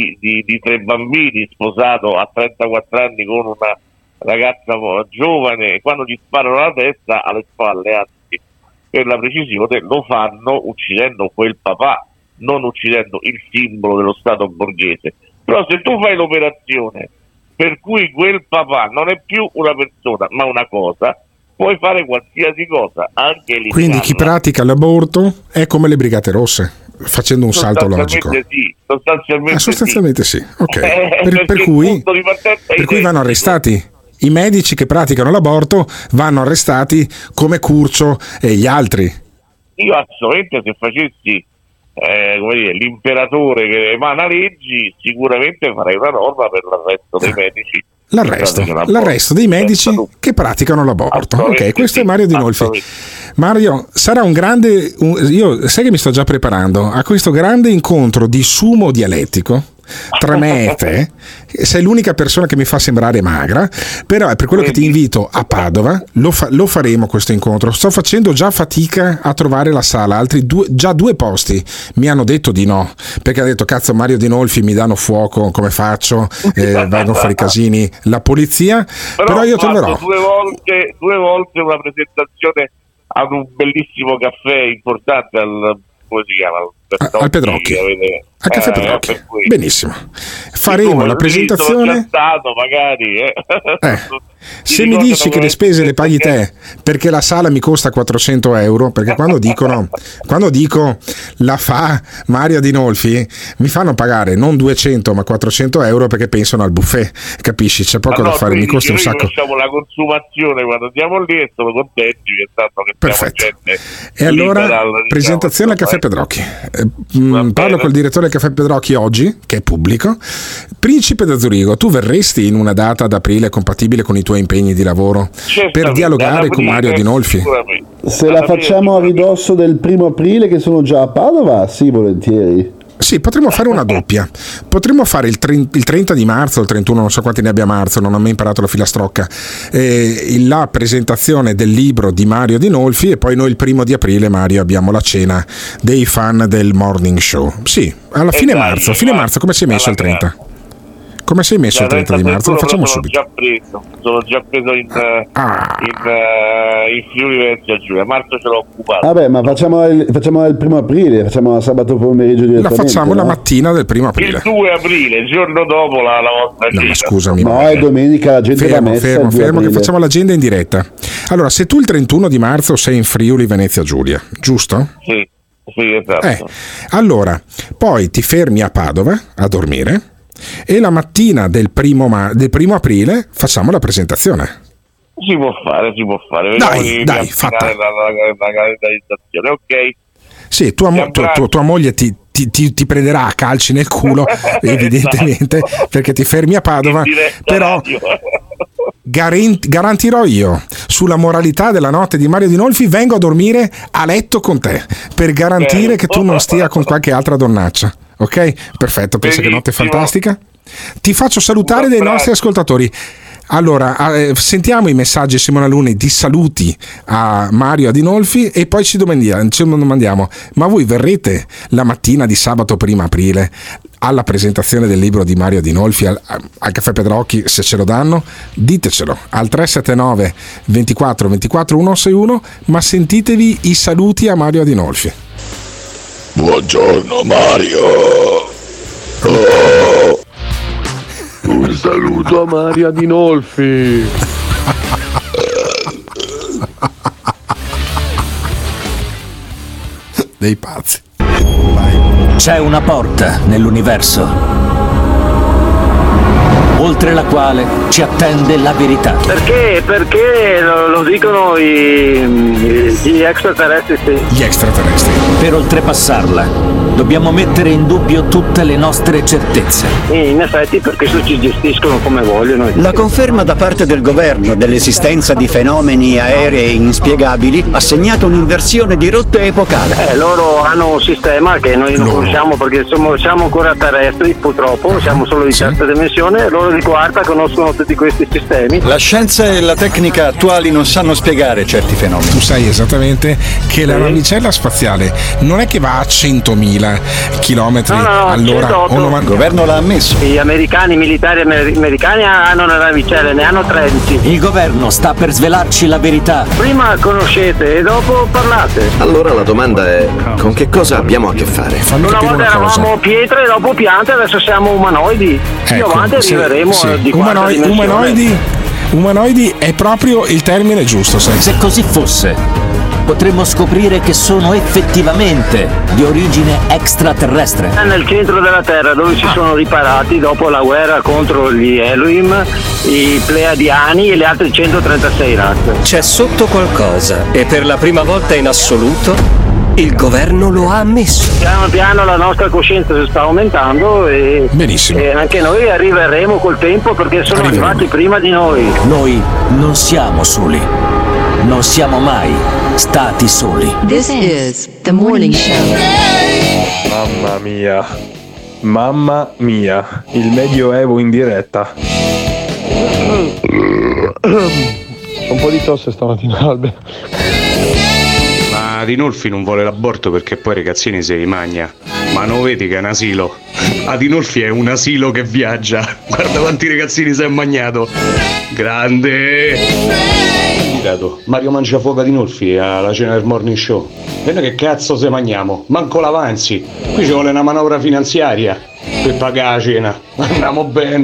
di 3 bambini, sposato a 34 anni con una ragazza giovane, e quando gli sparano la testa alle spalle, anzi per la precisione, lo fanno uccidendo quel papà, non uccidendo il simbolo dello Stato borghese. Però se tu fai l'operazione per cui quel papà non è più una persona ma una cosa, puoi fare qualsiasi cosa, anche eliminarla.
Quindi chi pratica l'aborto è come le Brigate Rosse, facendo un salto logico.
Sì,
sostanzialmente sì. Ok. Per cui vanno arrestati. I medici che praticano l'aborto vanno arrestati come Curcio e gli altri.
Io assolutamente, se facessi l'imperatore che emana leggi, sicuramente farei una norma per l'arresto dei medici.
L'arresto dei medici che praticano l'aborto. Ok, questo è Mario Dinolfi. Mario, sarà un grande. Io sai che mi sto già preparando a questo grande incontro di sumo dialettico tra me e te. Sei l'unica persona che mi fa sembrare magra, però è per quello che ti invito a Padova. Lo faremo questo incontro. Sto facendo già fatica a trovare la sala, già due posti mi hanno detto di no, perché ha detto cazzo Mario Dinolfi mi danno fuoco, come faccio? Vengono a fare i casini la polizia, però io troverò
due volte una presentazione ad un bellissimo caffè importante come si chiama?
Al Pedrocchi. A Caffè Pedrocchi. Benissimo. Faremo la presentazione.
Magari,
Se mi dici che le spese le paghi te, perché la sala mi costa 400 euro, perché quando dico la fa Mario Dinolfi, mi fanno pagare non 200 ma 400 euro perché pensano al buffet, capisci? C'è poco da fare, mi costa un sacco.
Facciamo la consumazione quando andiamo lì e sono contenti che sanno che
perfetto. E allora presentazione al Caffè Pedrocchi. Parlo col direttore del Caffè Pedrocchi oggi, che è pubblico. Principe da Zurigo, tu verresti in una data ad aprile compatibile con i tuoi impegni di lavoro per dialogare con Mario Dinolfi?
Se la facciamo a ridosso del 1 aprile che sono già a Padova, sì, volentieri.
Sì, potremmo fare una doppia. Potremmo fare il 30 di marzo, il 31, non so quanti ne abbia a marzo, non ho mai imparato la filastrocca, la presentazione del libro di Mario Dinolfi, e poi noi il 1 di aprile, Mario, abbiamo la cena dei fan del Morning Show. Sì, alla fine marzo, come sei messo il 30? Come sei messo il 30 di marzo? Lo facciamo subito.
Sono già preso in Friuli Venezia Giulia. Marzo ce l'ho occupato.
Vabbè, ma facciamo il 1 aprile, facciamo la sabato pomeriggio direttamente.
La facciamo la mattina del 1 aprile.
Il 2 aprile, il giorno dopo la vostra cena.
No, scusami.
No, è domenica, la gente va messa.
Fermo, che facciamo l'agenda in diretta. Allora, se tu il 31 di marzo sei in Friuli Venezia Giulia, giusto?
Sì, esatto.
Allora, poi ti fermi a Padova a dormire. E la mattina del primo aprile facciamo la presentazione.
Si può fare.
Dai, fatta.
La calendarizzazione, ok.
Sì, tua moglie ti prenderà a calci nel culo, evidentemente, perché ti fermi a Padova, però garantirò io sulla moralità della notte di Mario Dinolfi, vengo a dormire a letto con te per garantire che tu non stia con qualche altra donnaccia. Ok? Perfetto, pensa che notte fantastica. Ti faccio salutare dai nostri ascoltatori. Allora, sentiamo i messaggi, Simona Luni, di saluti a Mario Adinolfi e poi ci domandiamo, ma voi verrete la mattina di sabato 1 aprile alla presentazione del libro di Mario Adinolfi al Caffè Pedrocchi? Se ce lo danno, ditecelo al 379 24 24 161, ma sentitevi i saluti a Mario Adinolfi.
Buongiorno Mario. Oh. Un saluto a Mario Adinolfi.
Dei pazzi.
C'è una porta nell'universo oltre la quale ci attende la verità.
Perché lo dicono gli extraterrestri, sì.
Gli extraterrestri.
Per oltrepassarla dobbiamo mettere in dubbio tutte le nostre certezze.
In effetti, perché ci gestiscono come vogliono.
La conferma da parte del governo dell'esistenza di fenomeni aerei inspiegabili ha segnato un'inversione di rotta epocale.
Loro hanno un sistema che noi non conosciamo perché siamo ancora terrestri, purtroppo, siamo solo di terza dimensione, loro di quarta conoscono tutti questi sistemi.
La scienza e la tecnica attuali non sanno spiegare certi fenomeni.
Tu sai esattamente che la navicella spaziale non è che va a 100.000 chilometri all'ora.
108.
Il governo l'ha ammesso.
Gli americani, i militari americani hanno le navicelle, ne hanno 13.
Il governo sta per svelarci la verità.
Prima conoscete e dopo parlate.
Allora la domanda è: con che cosa abbiamo a che fare?
Una volta eravamo pietre, dopo piante, adesso siamo umanoidi. Più avanti arriveremo di quarta dimensione.
Umanoidi è proprio il termine giusto, sai.
Se così fosse, potremmo scoprire che sono effettivamente di origine extraterrestre.
È nel centro della Terra, dove si sono riparati dopo la guerra contro gli Elohim, i Pleiadiani e le altre 136 razze.
C'è sotto qualcosa e per la prima volta in assoluto il governo lo ha ammesso.
Piano piano la nostra coscienza si sta aumentando e anche noi arriveremo col tempo, perché sono arrivati prima di noi.
Noi non siamo soli. Non siamo mai stati soli.
This is the morning show.
Mamma mia, il Medioevo in diretta. Un po' di tosse stamattina, Albe.
Ma Adinolfi non vuole l'aborto perché poi ragazzini se li magna. Ma non vedi che è un asilo? Adinolfi è un asilo che viaggia. Guarda quanti ragazzini si è magnato. Grande! Mario Mangiafuoco Adinolfi alla cena del morning show. E noi che cazzo se mangiamo? Manco l'avanzi. Qui ci vuole una manovra finanziaria per pagare la cena. Andiamo bene.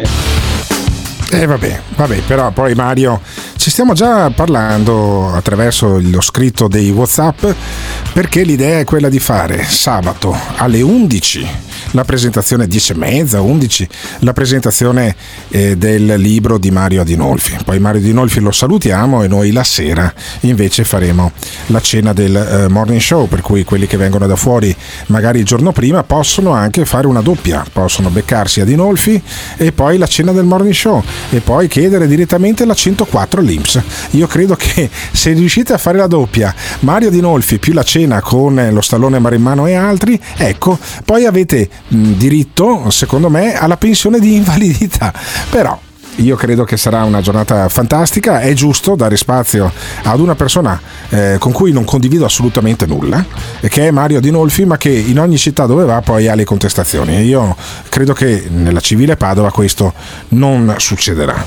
Vabbè, però poi Mario, ci stiamo già parlando attraverso lo scritto dei WhatsApp, perché l'idea è quella di fare sabato alle 11 la presentazione, 10:30, 11, la presentazione del libro di Mario Adinolfi. Poi Mario Adinolfi lo salutiamo e noi la sera invece faremo la cena del morning show, per cui quelli che vengono da fuori magari il giorno prima possono anche fare una doppia, possono beccarsi Adinolfi e poi la cena del morning show e poi chiedere direttamente la 104 all'Inps. Io credo che se riuscite a fare la doppia Mario Adinolfi più la cena con lo Stallone Marimmano e altri, ecco, poi avete diritto, secondo me, alla pensione di invalidità. Però io credo che sarà una giornata fantastica. È giusto dare spazio ad una persona con cui non condivido assolutamente nulla, che è Mario Adinolfi, ma che in ogni città dove va poi ha le contestazioni, e io credo che nella civile Padova questo non succederà.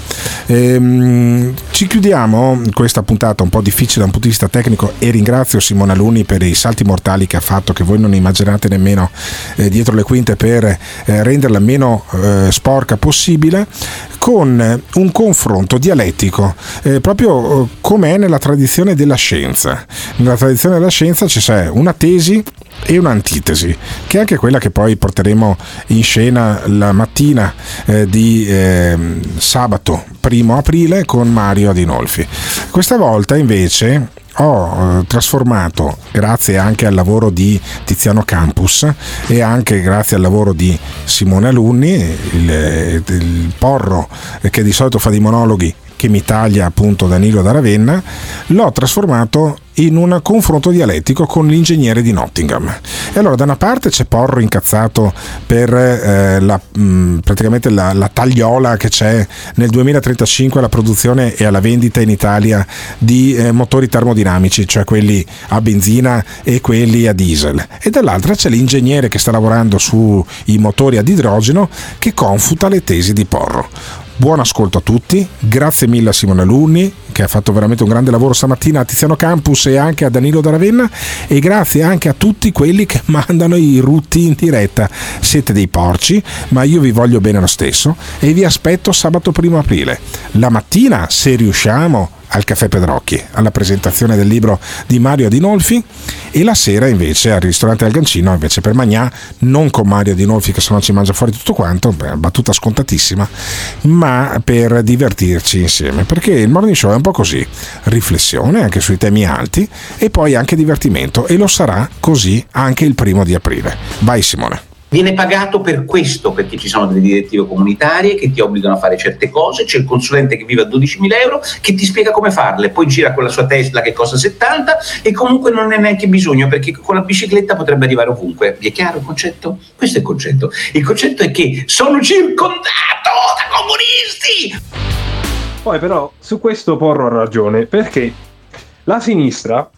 Ci chiudiamo questa puntata un po' difficile da un punto di vista tecnico, e ringrazio Simona Luni per i salti mortali che ha fatto, che voi non immaginate nemmeno, dietro le quinte, per renderla meno sporca possibile, con un confronto dialettico, proprio come è nella tradizione della scienza. Nella tradizione della scienza c'è una tesi e un'antitesi, che è anche quella che poi porteremo in scena la mattina di sabato 1 aprile con Mario Adinolfi. Questa volta invece ho trasformato, grazie anche al lavoro di Tiziano Campus e anche grazie al lavoro di Simone Alunni, il porro che di solito fa dei monologhi che mi taglia appunto Danilo da Ravenna, l'ho trasformato in un confronto dialettico con l'ingegnere di Nottingham. E allora da una parte c'è Porro incazzato per praticamente la tagliola che c'è nel 2035 alla produzione e alla vendita in Italia di motori termodinamici, cioè quelli a benzina e quelli a diesel, e dall'altra c'è l'ingegnere che sta lavorando sui motori ad idrogeno, che confuta le tesi di Porro. Buon ascolto a tutti, grazie mille a Simone Alunni, che ha fatto veramente un grande lavoro stamattina, a Tiziano Campus e anche a Danilo da Ravenna, e grazie anche a tutti quelli che mandano i rutti in diretta. Siete dei porci, ma io vi voglio bene lo stesso e vi aspetto sabato 1 aprile, la mattina, se riusciamo, al Caffè Pedrocchi, alla presentazione del libro di Mario Adinolfi, e la sera invece al ristorante Al Gancino, invece per Magnà, non con Mario Adinolfi che sennò ci mangia fuori tutto quanto, battuta scontatissima, ma per divertirci insieme, perché il morning show è un po' così, riflessione anche sui temi alti e poi anche divertimento, e lo sarà così anche il 1 di aprile. Vai Simone.
Viene pagato per questo, perché ci sono delle direttive comunitarie che ti obbligano a fare certe cose, c'è il consulente che vive a 12.000 euro che ti spiega come farle, poi gira con la sua Tesla che costa 70 e comunque non ne è neanche bisogno, perché con la bicicletta potrebbe arrivare ovunque. Vi è chiaro il concetto? Questo è il concetto. Il concetto è che sono circondato da comunisti!
Poi però su questo Porro ha ragione, perché la sinistra,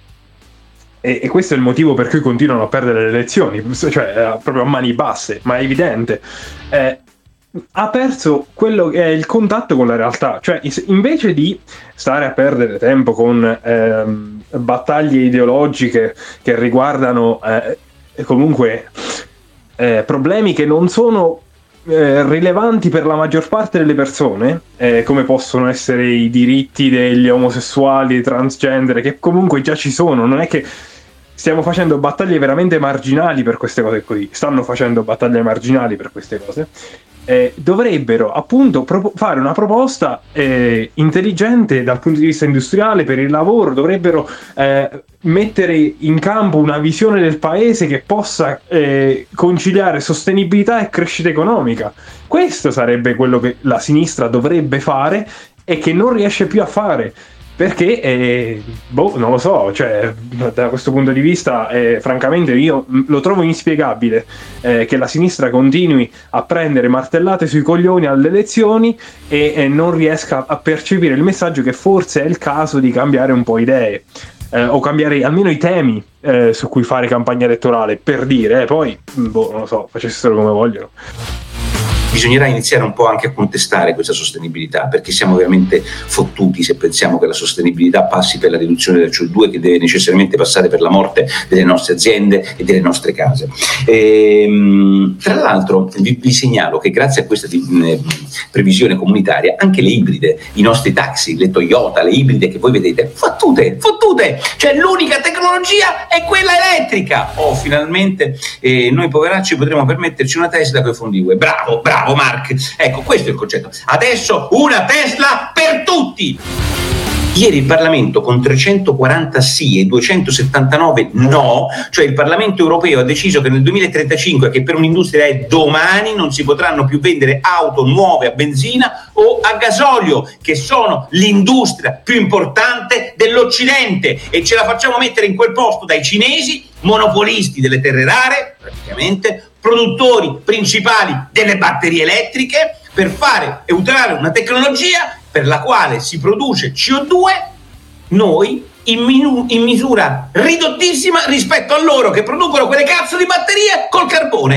e questo è il motivo per cui continuano a perdere le elezioni, cioè proprio a mani basse, ma è evidente, ha perso quello che è il contatto con la realtà. Cioè invece di stare a perdere tempo con battaglie ideologiche che riguardano comunque problemi che non sono rilevanti per la maggior parte delle persone, come possono essere i diritti degli omosessuali, transgender, che comunque già ci sono, non è che stiamo facendo battaglie veramente marginali per queste cose qui, stanno facendo battaglie marginali per queste cose. Dovrebbero appunto fare una proposta intelligente dal punto di vista industriale per il lavoro, dovrebbero mettere in campo una visione del paese che possa conciliare sostenibilità e crescita economica. Questo sarebbe quello che la sinistra dovrebbe fare e che non riesce più a fare, perché non lo so, cioè da questo punto di vista francamente io lo trovo inspiegabile che la sinistra continui a prendere martellate sui coglioni alle elezioni e non riesca a percepire il messaggio che forse è il caso di cambiare un po' idee, o cambiare almeno i temi su cui fare campagna elettorale, per dire, poi non lo so, facessero come vogliono.
Bisognerà iniziare un po' anche a contestare questa sostenibilità, perché siamo veramente fottuti se pensiamo che la sostenibilità passi per la riduzione del CO2, che deve necessariamente passare per la morte delle nostre aziende e delle nostre case. Tra l'altro vi segnalo che grazie a questa previsione comunitaria anche le ibride, i nostri taxi, le Toyota, le ibride che voi vedete, fottute, cioè l'unica tecnologia è quella elettrica. Finalmente noi poveracci potremo permetterci una Tesla con i fondi UE. Bravo Mark, ecco, questo è il concetto. Adesso una Tesla per tutti. Ieri il Parlamento con 340 sì e 279 no, cioè il Parlamento europeo ha deciso che nel 2035, che per un'industria è domani, non si potranno più vendere auto nuove a benzina o a gasolio, che sono l'industria più importante dell'Occidente, e ce la facciamo mettere in quel posto dai cinesi, monopolisti delle terre rare, praticamente, produttori principali delle batterie elettriche, per fare e usare una tecnologia per la quale si produce CO2 noi in misura ridottissima rispetto a loro che producono quelle cazzo di batterie col carbone.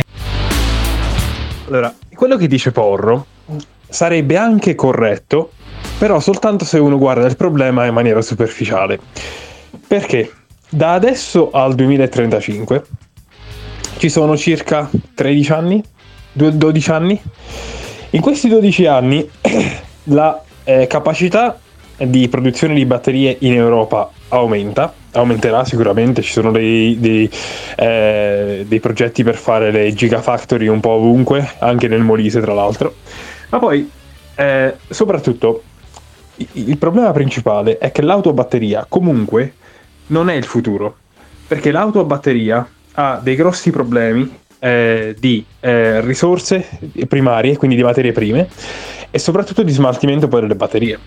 Allora, quello che dice Porro sarebbe anche corretto, però soltanto se uno guarda il problema in maniera superficiale. Perché da adesso al 2035 ci sono circa 13 anni, 12 anni. In questi 12 anni la capacità di produzione di batterie in Europa aumenterà sicuramente. Ci sono dei progetti per fare le gigafactory un po' ovunque, anche nel Molise tra l'altro. Ma poi soprattutto il problema principale è che l'auto a batteria comunque non è il futuro, perché l'auto a batteria ha dei grossi problemi di risorse primarie, quindi di materie prime, e soprattutto di smaltimento poi delle batterie.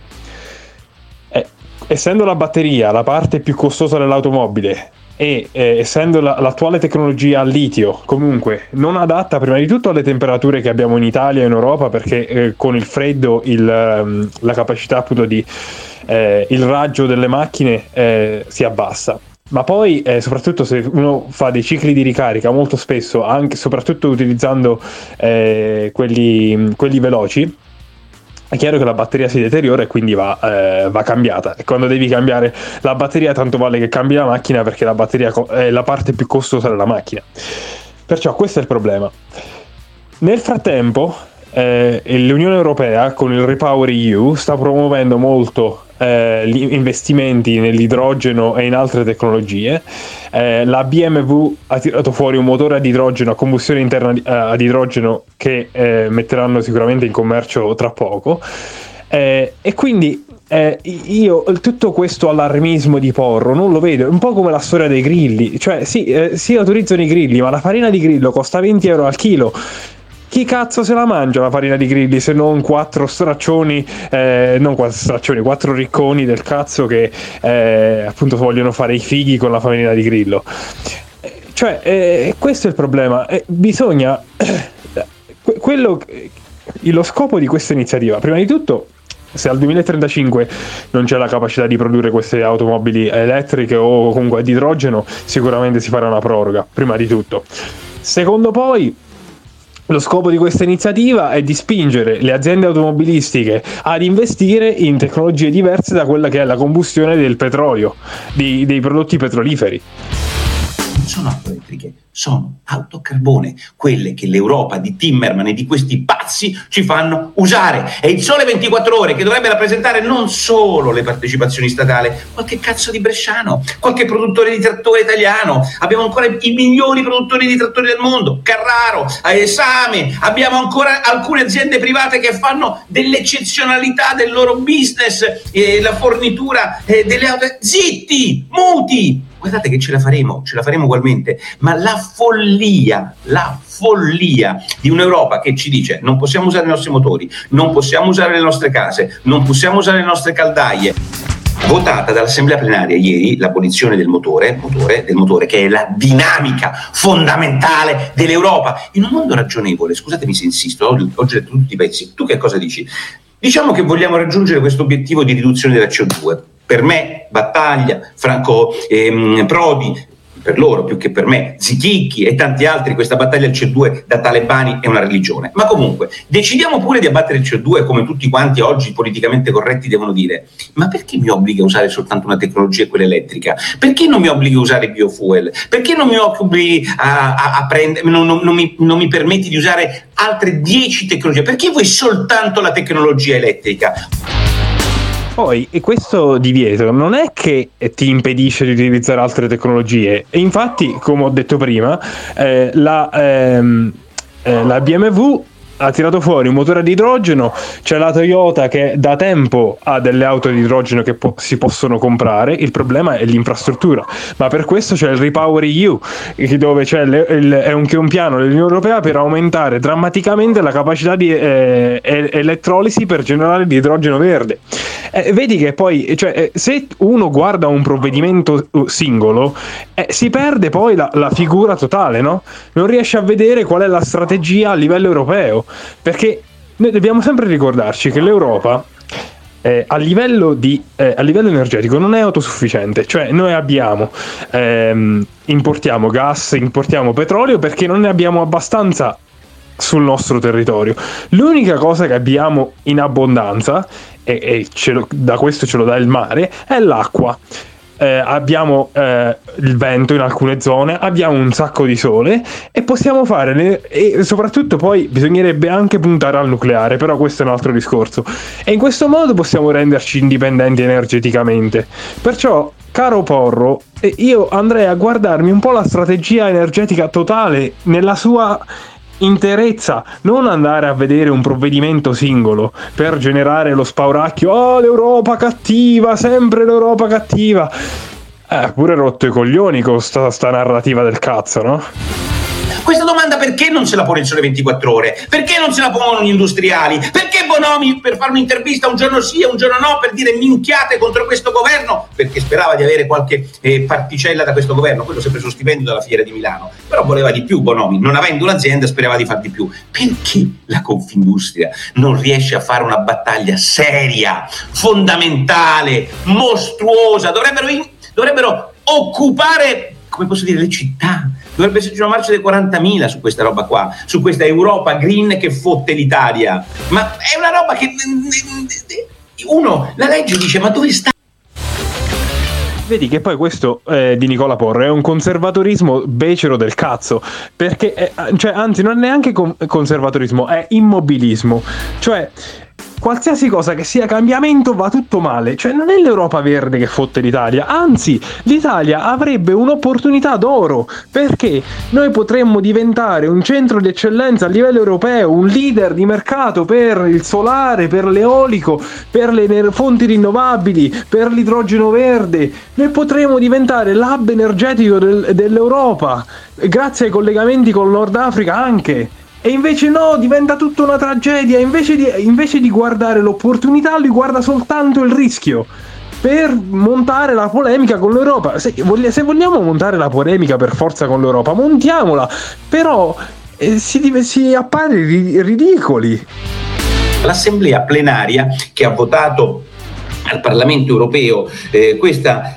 Essendo la batteria la parte più costosa dell'automobile e essendo l'attuale tecnologia al litio comunque non adatta prima di tutto alle temperature che abbiamo in Italia e in Europa, perché con il freddo la capacità appunto di il raggio delle macchine si abbassa. Ma poi soprattutto se uno fa dei cicli di ricarica molto spesso, anche soprattutto utilizzando quelli veloci, è chiaro che la batteria si deteriora e quindi va cambiata. E quando devi cambiare la batteria, tanto vale che cambi la macchina, perché la batteria è la parte più costosa della macchina. Perciò questo è il problema. Nel frattempo l'Unione Europea con il Repower EU sta promuovendo molto gli investimenti nell'idrogeno e in altre tecnologie. La BMW ha tirato fuori un motore ad idrogeno, a combustione interna ad idrogeno, che metteranno sicuramente in commercio tra poco, e quindi io tutto questo allarmismo di Porro non lo vedo. È un po' come la storia dei grilli, cioè si autorizzano i grilli, ma la farina di grillo costa 20 euro al chilo. Chi cazzo se la mangia la farina di grilli se non 4 straccioni, 4 ricconi del cazzo che appunto vogliono fare i fighi con la farina di grillo? Cioè, questo è il problema. Bisogna lo scopo di questa iniziativa, prima di tutto, se al 2035 non c'è la capacità di produrre queste automobili elettriche o comunque di idrogeno, sicuramente si farà una proroga, prima di tutto. Secondo poi, lo scopo di questa iniziativa è di spingere le aziende automobilistiche ad investire in tecnologie diverse da quella che è la combustione del petrolio, dei prodotti petroliferi.
Non sono auto elettriche, sono auto a carbone, quelle che l'Europa di Timmerman e di questi pazzi ci fanno usare. È il Sole 24 Ore che dovrebbe rappresentare non solo le partecipazioni statali, qualche cazzo di bresciano, qualche produttore di trattore italiano. Abbiamo ancora i migliori produttori di trattori del mondo, Carraro, Same, abbiamo ancora alcune aziende private che fanno dell'eccezionalità del loro business, la fornitura delle auto. Zitti, muti! Guardate che ce la faremo ugualmente, ma la follia di un'Europa che ci dice non possiamo usare i nostri motori, non possiamo usare le nostre case, non possiamo usare le nostre caldaie. Votata dall'Assemblea plenaria ieri l'abolizione del motore, che è la dinamica fondamentale dell'Europa. In un mondo ragionevole, scusatemi se insisto, oggi ho letto tutti i pezzi, tu che cosa dici? Diciamo che vogliamo raggiungere questo obiettivo di riduzione della CO2. Per me, Battaglia, Franco Prodi, per loro più che per me, Zichicchi e tanti altri, questa battaglia al CO2 da talebani è una religione. Ma comunque, decidiamo pure di abbattere il CO2 come tutti quanti oggi politicamente corretti devono dire. Ma perché mi obblighi a usare soltanto una tecnologia, quella elettrica? Perché non mi obblighi a usare biofuel? Perché non mi obblighi a prendere, non mi permetti di usare altre 10 tecnologie? Perché vuoi soltanto la tecnologia elettrica?
Poi, e questo divieto non è che ti impedisce di utilizzare altre tecnologie, e infatti, come ho detto prima, la BMW ha tirato fuori un motore di idrogeno, c'è la Toyota che da tempo ha delle auto di idrogeno che si possono comprare, il problema è l'infrastruttura, ma per questo c'è il Repower EU, dove è un piano dell'Unione Europea per aumentare drammaticamente la capacità di elettrolisi per generare l'idrogeno verde. Vedi che poi, se uno guarda un provvedimento singolo, si perde poi la figura totale, no? Non riesce a vedere qual è la strategia a livello europeo, perché noi dobbiamo sempre ricordarci che l'Europa a livello energetico non è autosufficiente, cioè noi importiamo gas, importiamo petrolio perché non ne abbiamo abbastanza sul nostro territorio. L'unica cosa che abbiamo in abbondanza, da questo ce lo dà il mare, è l'acqua. Abbiamo il vento in alcune zone, abbiamo un sacco di sole e possiamo fare e soprattutto poi bisognerebbe anche puntare al nucleare, però questo è un altro discorso, e in questo modo possiamo renderci indipendenti energeticamente. Perciò, caro Porro, io andrei a guardarmi un po' la strategia energetica totale nella sua interezza, non andare a vedere un provvedimento singolo per generare lo spauracchio. L'Europa cattiva, sempre l'Europa cattiva. Pure rotto i coglioni con sta narrativa del cazzo, no?
Questa domanda perché non se la pone il Sole 24 Ore? Perché non se la pongono gli industriali? Perché Bonomi per fare un'intervista un giorno sì e un giorno no per dire minchiate contro questo governo? Perché sperava di avere qualche particella da questo governo. Quello si è preso lo stipendio dalla Fiera di Milano, però voleva di più Bonomi, non avendo un'azienda sperava di far di più. Perché la Confindustria non riesce a fare una battaglia seria, fondamentale, mostruosa? Dovrebbero occupare, come posso dire, le città. Dovrebbe esserci una marcia dei 40.000 su questa roba qua, su questa Europa green che fotte l'Italia. Ma è una roba che uno la legge dice, ma dove sta?
Vedi che poi questo di Nicola Porro è un conservatorismo becero del cazzo, perché anzi non è neanche conservatorismo, è immobilismo. Cioè, qualsiasi cosa che sia cambiamento va tutto male. Cioè, non è l'Europa verde che fotte l'Italia, anzi l'Italia avrebbe un'opportunità d'oro, perché noi potremmo diventare un centro di eccellenza a livello europeo, un leader di mercato per il solare, per l'eolico, per le fonti rinnovabili, per l'idrogeno verde. Noi potremmo diventare l'hub energetico dell'Europa, grazie ai collegamenti con il Nord Africa anche. E invece no, diventa tutta una tragedia. Invece di guardare l'opportunità, lui guarda soltanto il rischio per montare la polemica con l'Europa. Se vogliamo montare la polemica per forza con l'Europa, montiamola, però si appare ridicoli.
L'assemblea plenaria che ha votato al Parlamento europeo questa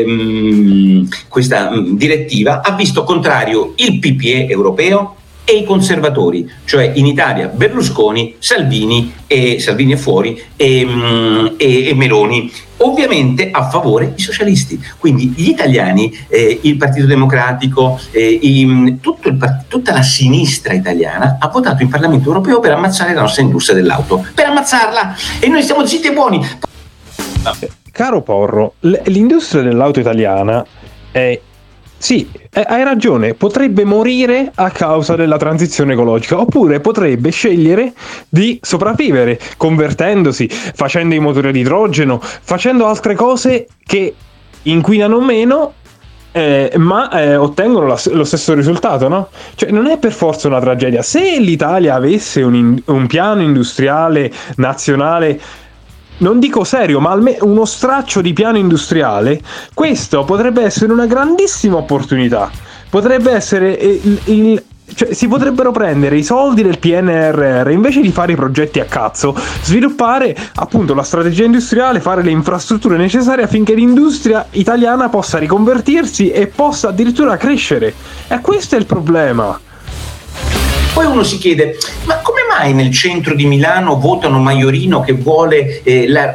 direttiva ha visto contrario il PPE europeo e i conservatori, cioè in Italia Berlusconi, Salvini è fuori e Meloni, ovviamente a favore i socialisti. Quindi gli italiani, il Partito Democratico, tutta la sinistra italiana ha votato in Parlamento europeo per ammazzare la nostra industria dell'auto, per ammazzarla, e noi stiamo zitti e buoni.
Caro Porro, l'industria dell'auto italiana è... Sì, hai ragione, potrebbe morire a causa della transizione ecologica, oppure potrebbe scegliere di sopravvivere, convertendosi, facendo i motori ad idrogeno, facendo altre cose che inquinano meno, ma ottengono lo stesso risultato, no? Cioè non è per forza una tragedia. Se l'Italia avesse un piano industriale nazionale, non dico serio, ma almeno uno straccio di piano industriale, questo potrebbe essere una grandissima opportunità. Potrebbe essere cioè, si potrebbero prendere i soldi del PNRR, invece di fare i progetti a cazzo, sviluppare appunto la strategia industriale, fare le infrastrutture necessarie affinché l'industria italiana possa riconvertirsi e possa addirittura crescere. E questo è il problema.
Poi uno si chiede, ma come mai nel centro di Milano votano Maiorino che vuole la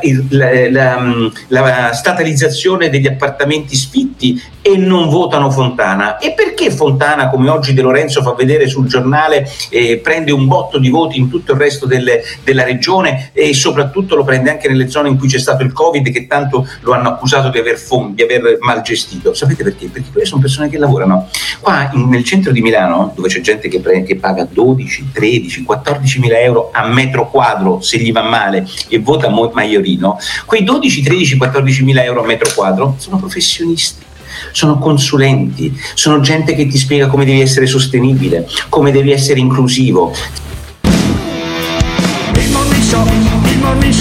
statalizzazione degli appartamenti sfitti e non votano Fontana? E perché Fontana, come oggi De Lorenzo fa vedere sul giornale, prende un botto di voti in tutto il resto della regione e soprattutto lo prende anche nelle zone in cui c'è stato il Covid, che tanto lo hanno accusato di aver mal gestito? Sapete perché? Perché quelle sono persone che lavorano. Qua nel centro di Milano, dove c'è gente che paga 12, 13, 14 mila euro a metro quadro se gli va male e vota Maiorino, quei 12, 13, 14 mila euro a metro quadro sono professionisti, sono consulenti, sono gente che ti spiega come devi essere sostenibile, come devi essere inclusivo.
Il Morning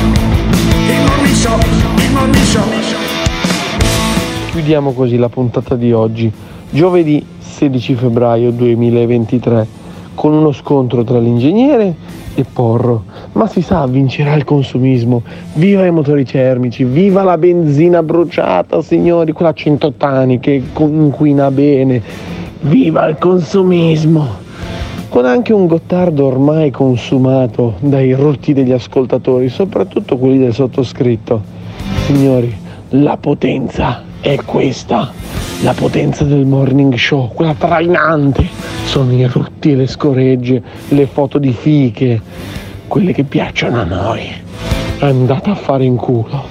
Show.
Chiudiamo così la puntata di oggi, giovedì 16 febbraio 2023, con uno scontro tra l'ingegnere e Porro. Ma si sa, vincerà il consumismo. Viva i motori termici, viva la benzina bruciata, signori, quella 100 anni che inquina bene. Viva il consumismo! Con anche un Gottardo ormai consumato dai rotti degli ascoltatori, soprattutto quelli del sottoscritto. Signori, la potenza è questa. La potenza del Morning Show, quella trainante, sono i rutti e le scoregge, le foto di fiche, quelle che piacciono a noi. Andate a fare in culo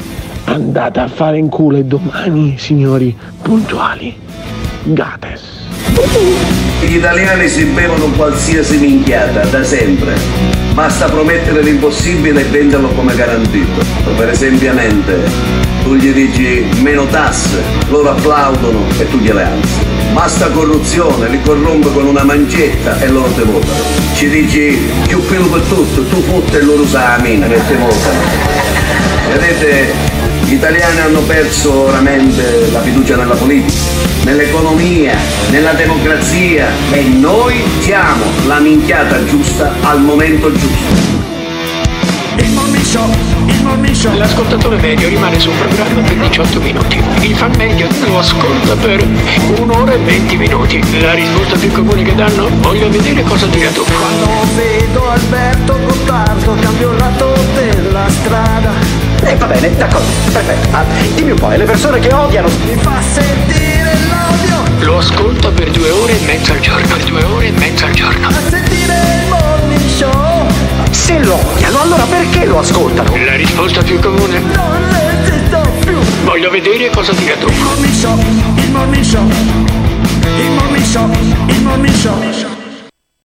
e domani, signori, puntuali. Gates.
Gli italiani si bevono qualsiasi minchiata, da sempre. Basta promettere l'impossibile e venderlo come garantito. Per esempio, tu gli dici meno tasse, loro applaudono e tu gliele alzi. Basta corruzione, li corrompe con una mancetta e loro te votano. Ci dici più pelo per tutto, tu fotte e loro usa la mina e te votano. Vedete, gli italiani hanno perso veramente la fiducia nella politica, nell'economia, nella democrazia, e noi siamo la minchiata giusta al momento giusto.
Il Morning Show.
L'ascoltatore medio rimane sul programma per 18 minuti. Il fan medio lo ascolta per 1 ora e 20 minuti. La risposta più comune che danno: voglio vedere cosa dirà tu.
Quando vedo Alberto Gottardo cambio il lato della strada.
Va bene, d'accordo, perfetto. Dimmi un po', le persone che odiano
mi fa sentire l'odio.
Lo ascolta per 2 ore e mezza al giorno.
A sentire il Morning Show.
Se lo odiano, allora perché lo ascoltano?
La risposta più comune:
non esisto più.
Voglio vedere cosa dirà tu.
Il Morning Show.